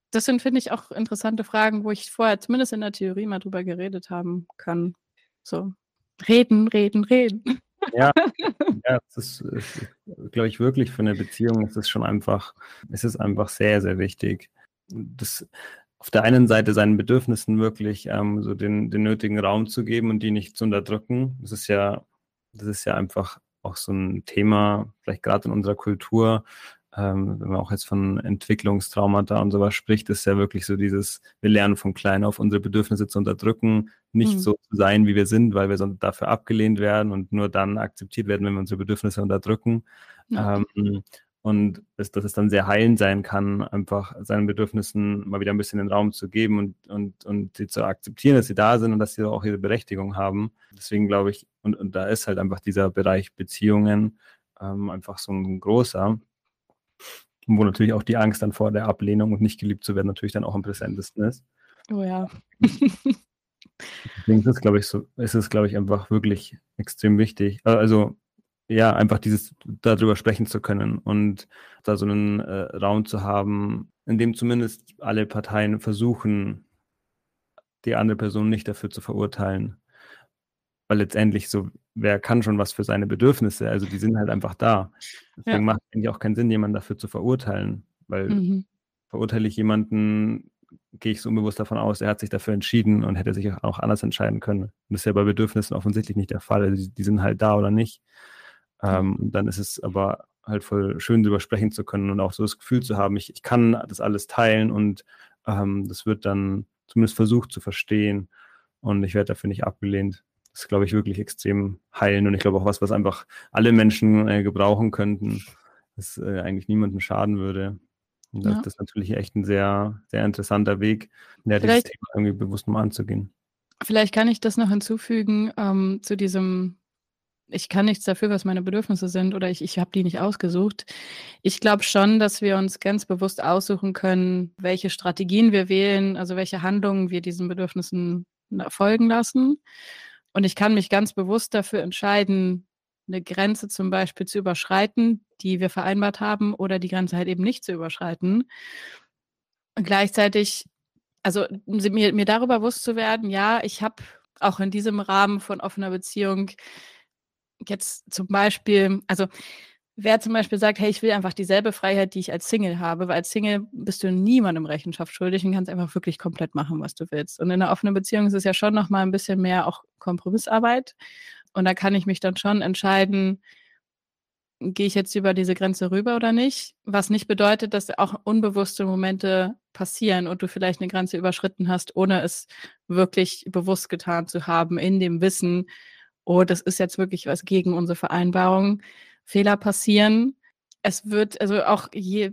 das sind, finde ich, auch interessante Fragen, wo ich vorher zumindest in der Theorie mal drüber geredet haben kann. So, reden, reden, reden. Ja, ja, es ist, es ist glaube ich, wirklich für eine Beziehung ist es schon einfach, es ist einfach sehr, sehr wichtig. Das auf der einen Seite seinen Bedürfnissen wirklich ähm, so den, den nötigen Raum zu geben und die nicht zu unterdrücken. Das ist ja, das ist ja einfach auch so ein Thema, vielleicht gerade in unserer Kultur, ähm, wenn man auch jetzt von Entwicklungstraumata und sowas spricht, ist ja wirklich so dieses, wir lernen von klein auf unsere Bedürfnisse zu unterdrücken, nicht Hm. so zu sein, wie wir sind, weil wir sonst dafür abgelehnt werden und nur dann akzeptiert werden, wenn wir unsere Bedürfnisse unterdrücken. Ja. Ähm, und dass, dass es dann sehr heilend sein kann, einfach seinen Bedürfnissen mal wieder ein bisschen den Raum zu geben und, und, und sie zu akzeptieren, dass sie da sind und dass sie auch ihre Berechtigung haben. Deswegen glaube ich, und, und da ist halt einfach dieser Bereich Beziehungen ähm, einfach so ein großer, wo natürlich auch die Angst dann vor der Ablehnung und nicht geliebt zu werden natürlich dann auch am präsentesten ist. Oh ja. Deswegen ist es, glaube ich, so, ist es, glaube ich, einfach wirklich extrem wichtig. Äh, Also, ja, einfach dieses, darüber sprechen zu können und da so einen äh, Raum zu haben, in dem zumindest alle Parteien versuchen, die andere Person nicht dafür zu verurteilen. Weil letztendlich so, wer kann schon was für seine Bedürfnisse? Also die sind halt einfach da. Ja. Deswegen macht es eigentlich auch keinen Sinn, jemanden dafür zu verurteilen, weil Mhm. verurteile ich jemanden, gehe ich so unbewusst davon aus, er hat sich dafür entschieden und hätte sich auch anders entscheiden können. Und das ist ja bei Bedürfnissen offensichtlich nicht der Fall. Also die, die sind halt da oder nicht. Ja. Ähm, und dann ist es aber halt voll schön, darüber sprechen zu können und auch so das Gefühl zu haben, ich, ich kann das alles teilen und ähm, das wird dann zumindest versucht zu verstehen und ich werde dafür nicht abgelehnt. Das ist, glaube ich, wirklich extrem heilend und ich glaube auch was, was einfach alle Menschen äh, gebrauchen könnten, das äh, eigentlich niemandem schaden würde. Und das, Ja. das ist natürlich echt ein sehr, sehr interessanter Weg, ja, dieses Vielleicht, Thema irgendwie bewusst mal anzugehen. vielleicht kann ich das noch hinzufügen ähm, zu diesem, ich kann nichts dafür, was meine Bedürfnisse sind oder ich, ich habe die nicht ausgesucht. Ich glaube schon, dass wir uns ganz bewusst aussuchen können, welche Strategien wir wählen, also welche Handlungen wir diesen Bedürfnissen folgen lassen. Und ich kann mich ganz bewusst dafür entscheiden, eine Grenze zum Beispiel zu überschreiten, die wir vereinbart haben, oder die Grenze halt eben nicht zu überschreiten. Und gleichzeitig, also mir, mir darüber bewusst zu werden, ja, ich habe auch in diesem Rahmen von offener Beziehung jetzt zum Beispiel, also wer zum Beispiel sagt, hey, ich will einfach dieselbe Freiheit, die ich als Single habe, weil als Single bist du niemandem Rechenschaft schuldig und kannst einfach wirklich komplett machen, was du willst. Und in einer offenen Beziehung ist es ja schon nochmal ein bisschen mehr auch Kompromissarbeit. Und da kann ich mich dann schon entscheiden, gehe ich jetzt über diese Grenze rüber oder nicht? Was nicht bedeutet, dass auch unbewusste Momente passieren und du vielleicht eine Grenze überschritten hast, ohne es wirklich bewusst getan zu haben, in dem Wissen, oh, das ist jetzt wirklich was gegen unsere Vereinbarung. Fehler passieren. Es wird, also auch je,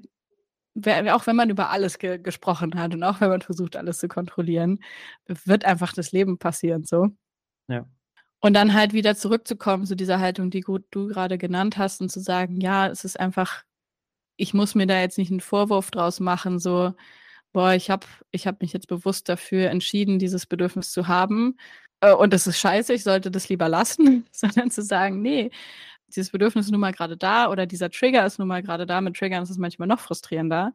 auch wenn man über alles ge gesprochen hat und auch wenn man versucht, alles zu kontrollieren, wird einfach das Leben passieren, so. Ja. Und dann halt wieder zurückzukommen zu dieser Haltung, die gut du gerade genannt hast und zu sagen, ja, es ist einfach, ich muss mir da jetzt nicht einen Vorwurf draus machen, so, boah, ich habe ich habe mich jetzt bewusst dafür entschieden, dieses Bedürfnis zu haben, äh, und das ist scheiße, ich sollte das lieber lassen, sondern zu sagen, nee, dieses Bedürfnis ist nun mal gerade da oder dieser Trigger ist nun mal gerade da. Mit Triggern ist es manchmal noch frustrierender.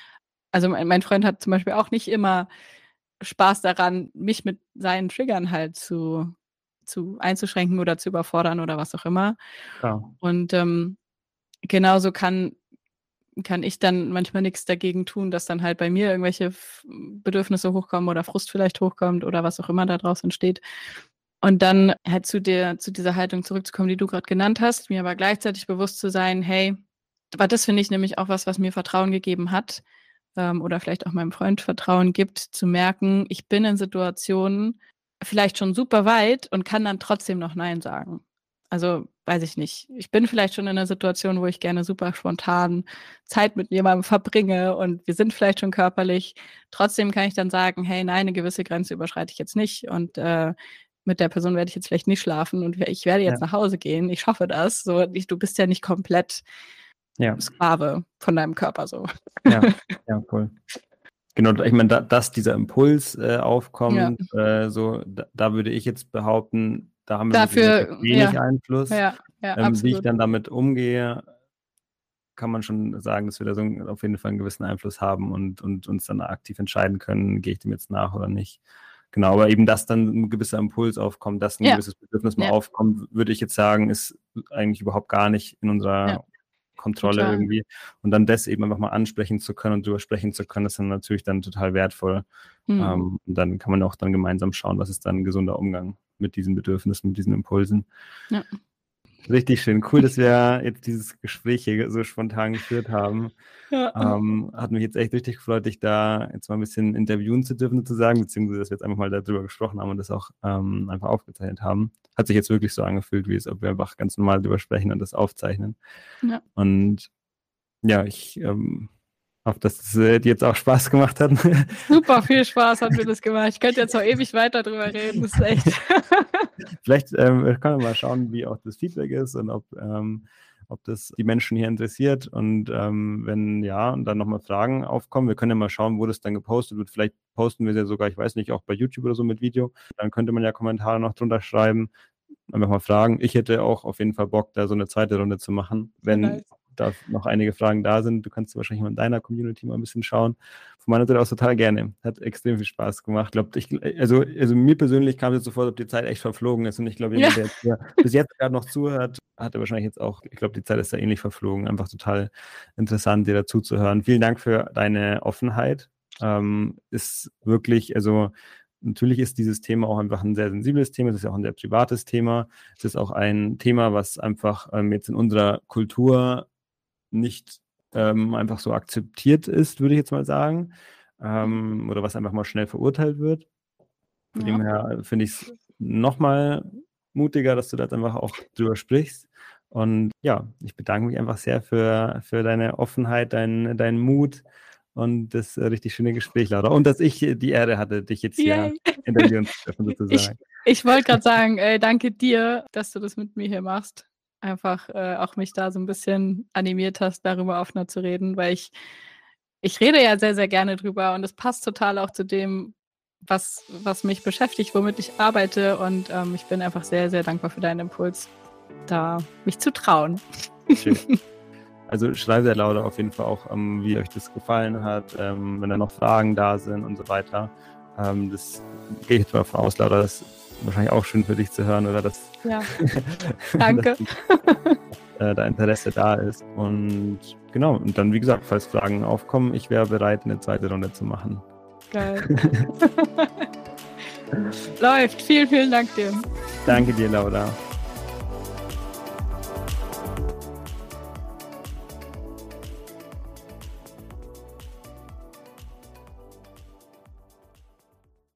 Also mein, mein Freund hat zum Beispiel auch nicht immer Spaß daran, mich mit seinen Triggern halt zu, zu einzuschränken oder zu überfordern oder was auch immer. Ja. Und ähm, genauso kann, kann ich dann manchmal nichts dagegen tun, dass dann halt bei mir irgendwelche F- Bedürfnisse hochkommen oder Frust vielleicht hochkommt oder was auch immer da draus entsteht. Und dann halt zu der, zu dieser Haltung zurückzukommen, die du gerade genannt hast, mir aber gleichzeitig bewusst zu sein, hey, aber das finde ich nämlich auch was, was mir Vertrauen gegeben hat, ähm, oder vielleicht auch meinem Freund Vertrauen gibt, zu merken, ich bin in Situationen vielleicht schon super weit und kann dann trotzdem noch Nein sagen. Also, weiß ich nicht. Ich bin vielleicht schon in einer Situation, wo ich gerne super spontan Zeit mit jemandem verbringe und wir sind vielleicht schon körperlich. Trotzdem kann ich dann sagen, hey, nein, eine gewisse Grenze überschreite ich jetzt nicht und äh, mit der Person werde ich jetzt vielleicht nicht schlafen und ich werde jetzt Ja. nach Hause gehen. Ich schaffe das. So, ich, du bist ja nicht komplett Ja. Sklave von deinem Körper so. Ja, ja, voll. Genau, ich meine, da, dass dieser Impuls äh, Ja. aufkommt, äh, so, da, da würde ich jetzt behaupten, da haben wir wirklich relativ Dafür, wenig ja, Einfluss. ja, ja, Ähm, wie ich absolut. dann damit umgehe, kann man schon sagen, dass wir da so einen, auf jeden Fall einen gewissen Einfluss haben und, und uns dann aktiv entscheiden können, gehe ich dem jetzt nach oder nicht. Genau, aber eben, dass dann ein gewisser Impuls aufkommt, dass ein Ja. gewisses Bedürfnis mal Ja. aufkommt, würde ich jetzt sagen, ist eigentlich überhaupt gar nicht in unserer Ja. Kontrolle Total. irgendwie. Und dann das eben einfach mal ansprechen zu können und drüber sprechen zu können, ist dann natürlich dann total wertvoll. Hm. Ähm, und dann kann man auch dann gemeinsam schauen, was ist dann ein gesunder Umgang mit diesen Bedürfnissen, mit diesen Impulsen. Ja. Richtig schön. Cool, dass wir jetzt dieses Gespräch hier so spontan geführt haben. Ja. Ähm, hat mich jetzt echt richtig gefreut, dich da jetzt mal ein bisschen interviewen zu dürfen, sozusagen, beziehungsweise dass wir jetzt einfach mal darüber gesprochen haben und das auch ähm, einfach aufgezeichnet haben. Hat sich jetzt wirklich so angefühlt, wie es, ob wir einfach ganz normal drüber sprechen und das aufzeichnen. Ja. Und ja, ich ähm, hoffe, dass es äh, dir jetzt auch Spaß gemacht hat. Super viel Spaß hat mir das gemacht. Ich könnte jetzt noch ewig weiter drüber reden. Das ist echt. Vielleicht ähm, können wir mal schauen, wie auch das Feedback ist und ob, ähm, ob das die Menschen hier interessiert. Und ähm, wenn ja, und dann nochmal Fragen aufkommen, wir können ja mal schauen, wo das dann gepostet wird. Vielleicht posten wir es ja sogar, ich weiß nicht, auch bei YouTube oder so mit Video. Dann könnte man ja Kommentare noch drunter schreiben. Einfach mal fragen. Ich hätte auch auf jeden Fall Bock, da so eine zweite Runde zu machen, wenn Nice. da noch einige Fragen da sind. Du kannst wahrscheinlich mal in deiner Community mal ein bisschen schauen. Von meiner Seite aus total gerne. Hat extrem viel Spaß gemacht. Ich glaube, ich, also, also mir persönlich kam es jetzt so vor, als ob die Zeit echt verflogen ist. Und ich glaube, jemand, Ja. der jetzt hier bis jetzt gerade noch zuhört, hatte wahrscheinlich jetzt auch, ich glaube, die Zeit ist da ähnlich verflogen. Einfach total interessant, dir dazu zu hören. Vielen Dank für deine Offenheit. Ähm, ist wirklich, also natürlich ist dieses Thema auch einfach ein sehr sensibles Thema, es ist ja auch ein sehr privates Thema. Es ist auch ein Thema, was einfach ähm, jetzt in unserer Kultur nicht ähm, einfach so akzeptiert ist, würde ich jetzt mal sagen. Ähm, oder was einfach mal schnell verurteilt wird. Von Ja. dem her finde ich es nochmal mutiger, dass du da jetzt einfach auch drüber sprichst. Und ja, ich bedanke mich einfach sehr für, für deine Offenheit, deinen dein Mut und das äh, richtig schöne Gespräch, Laura. Und dass ich die Ehre hatte, dich jetzt hier Yay. interviewen zu dürfen, Ich, sozusagen. ich wollte gerade sagen, ey, danke dir, dass du das mit mir hier machst. Einfach äh, auch mich da so ein bisschen animiert hast, darüber offener zu reden, weil ich, ich rede ja sehr, sehr gerne drüber und es passt total auch zu dem, was, was mich beschäftigt, womit ich arbeite und ähm, ich bin einfach sehr, sehr dankbar für deinen Impuls, da mich zu trauen. Schön. Also schreibt der Laura auf jeden Fall auch, ähm, wie euch das gefallen hat, ähm, wenn da noch Fragen da sind und so weiter. Ähm, das gehe ich jetzt mal davon aus, Laura, das ist wahrscheinlich auch schön für dich zu hören, oder dass, Ja, danke. dass äh, da Interesse da ist. Und genau, und dann, wie gesagt, falls Fragen aufkommen, ich wäre bereit, eine zweite Runde zu machen. Geil. Läuft. Vielen, vielen Dank dir. Danke dir, Laura.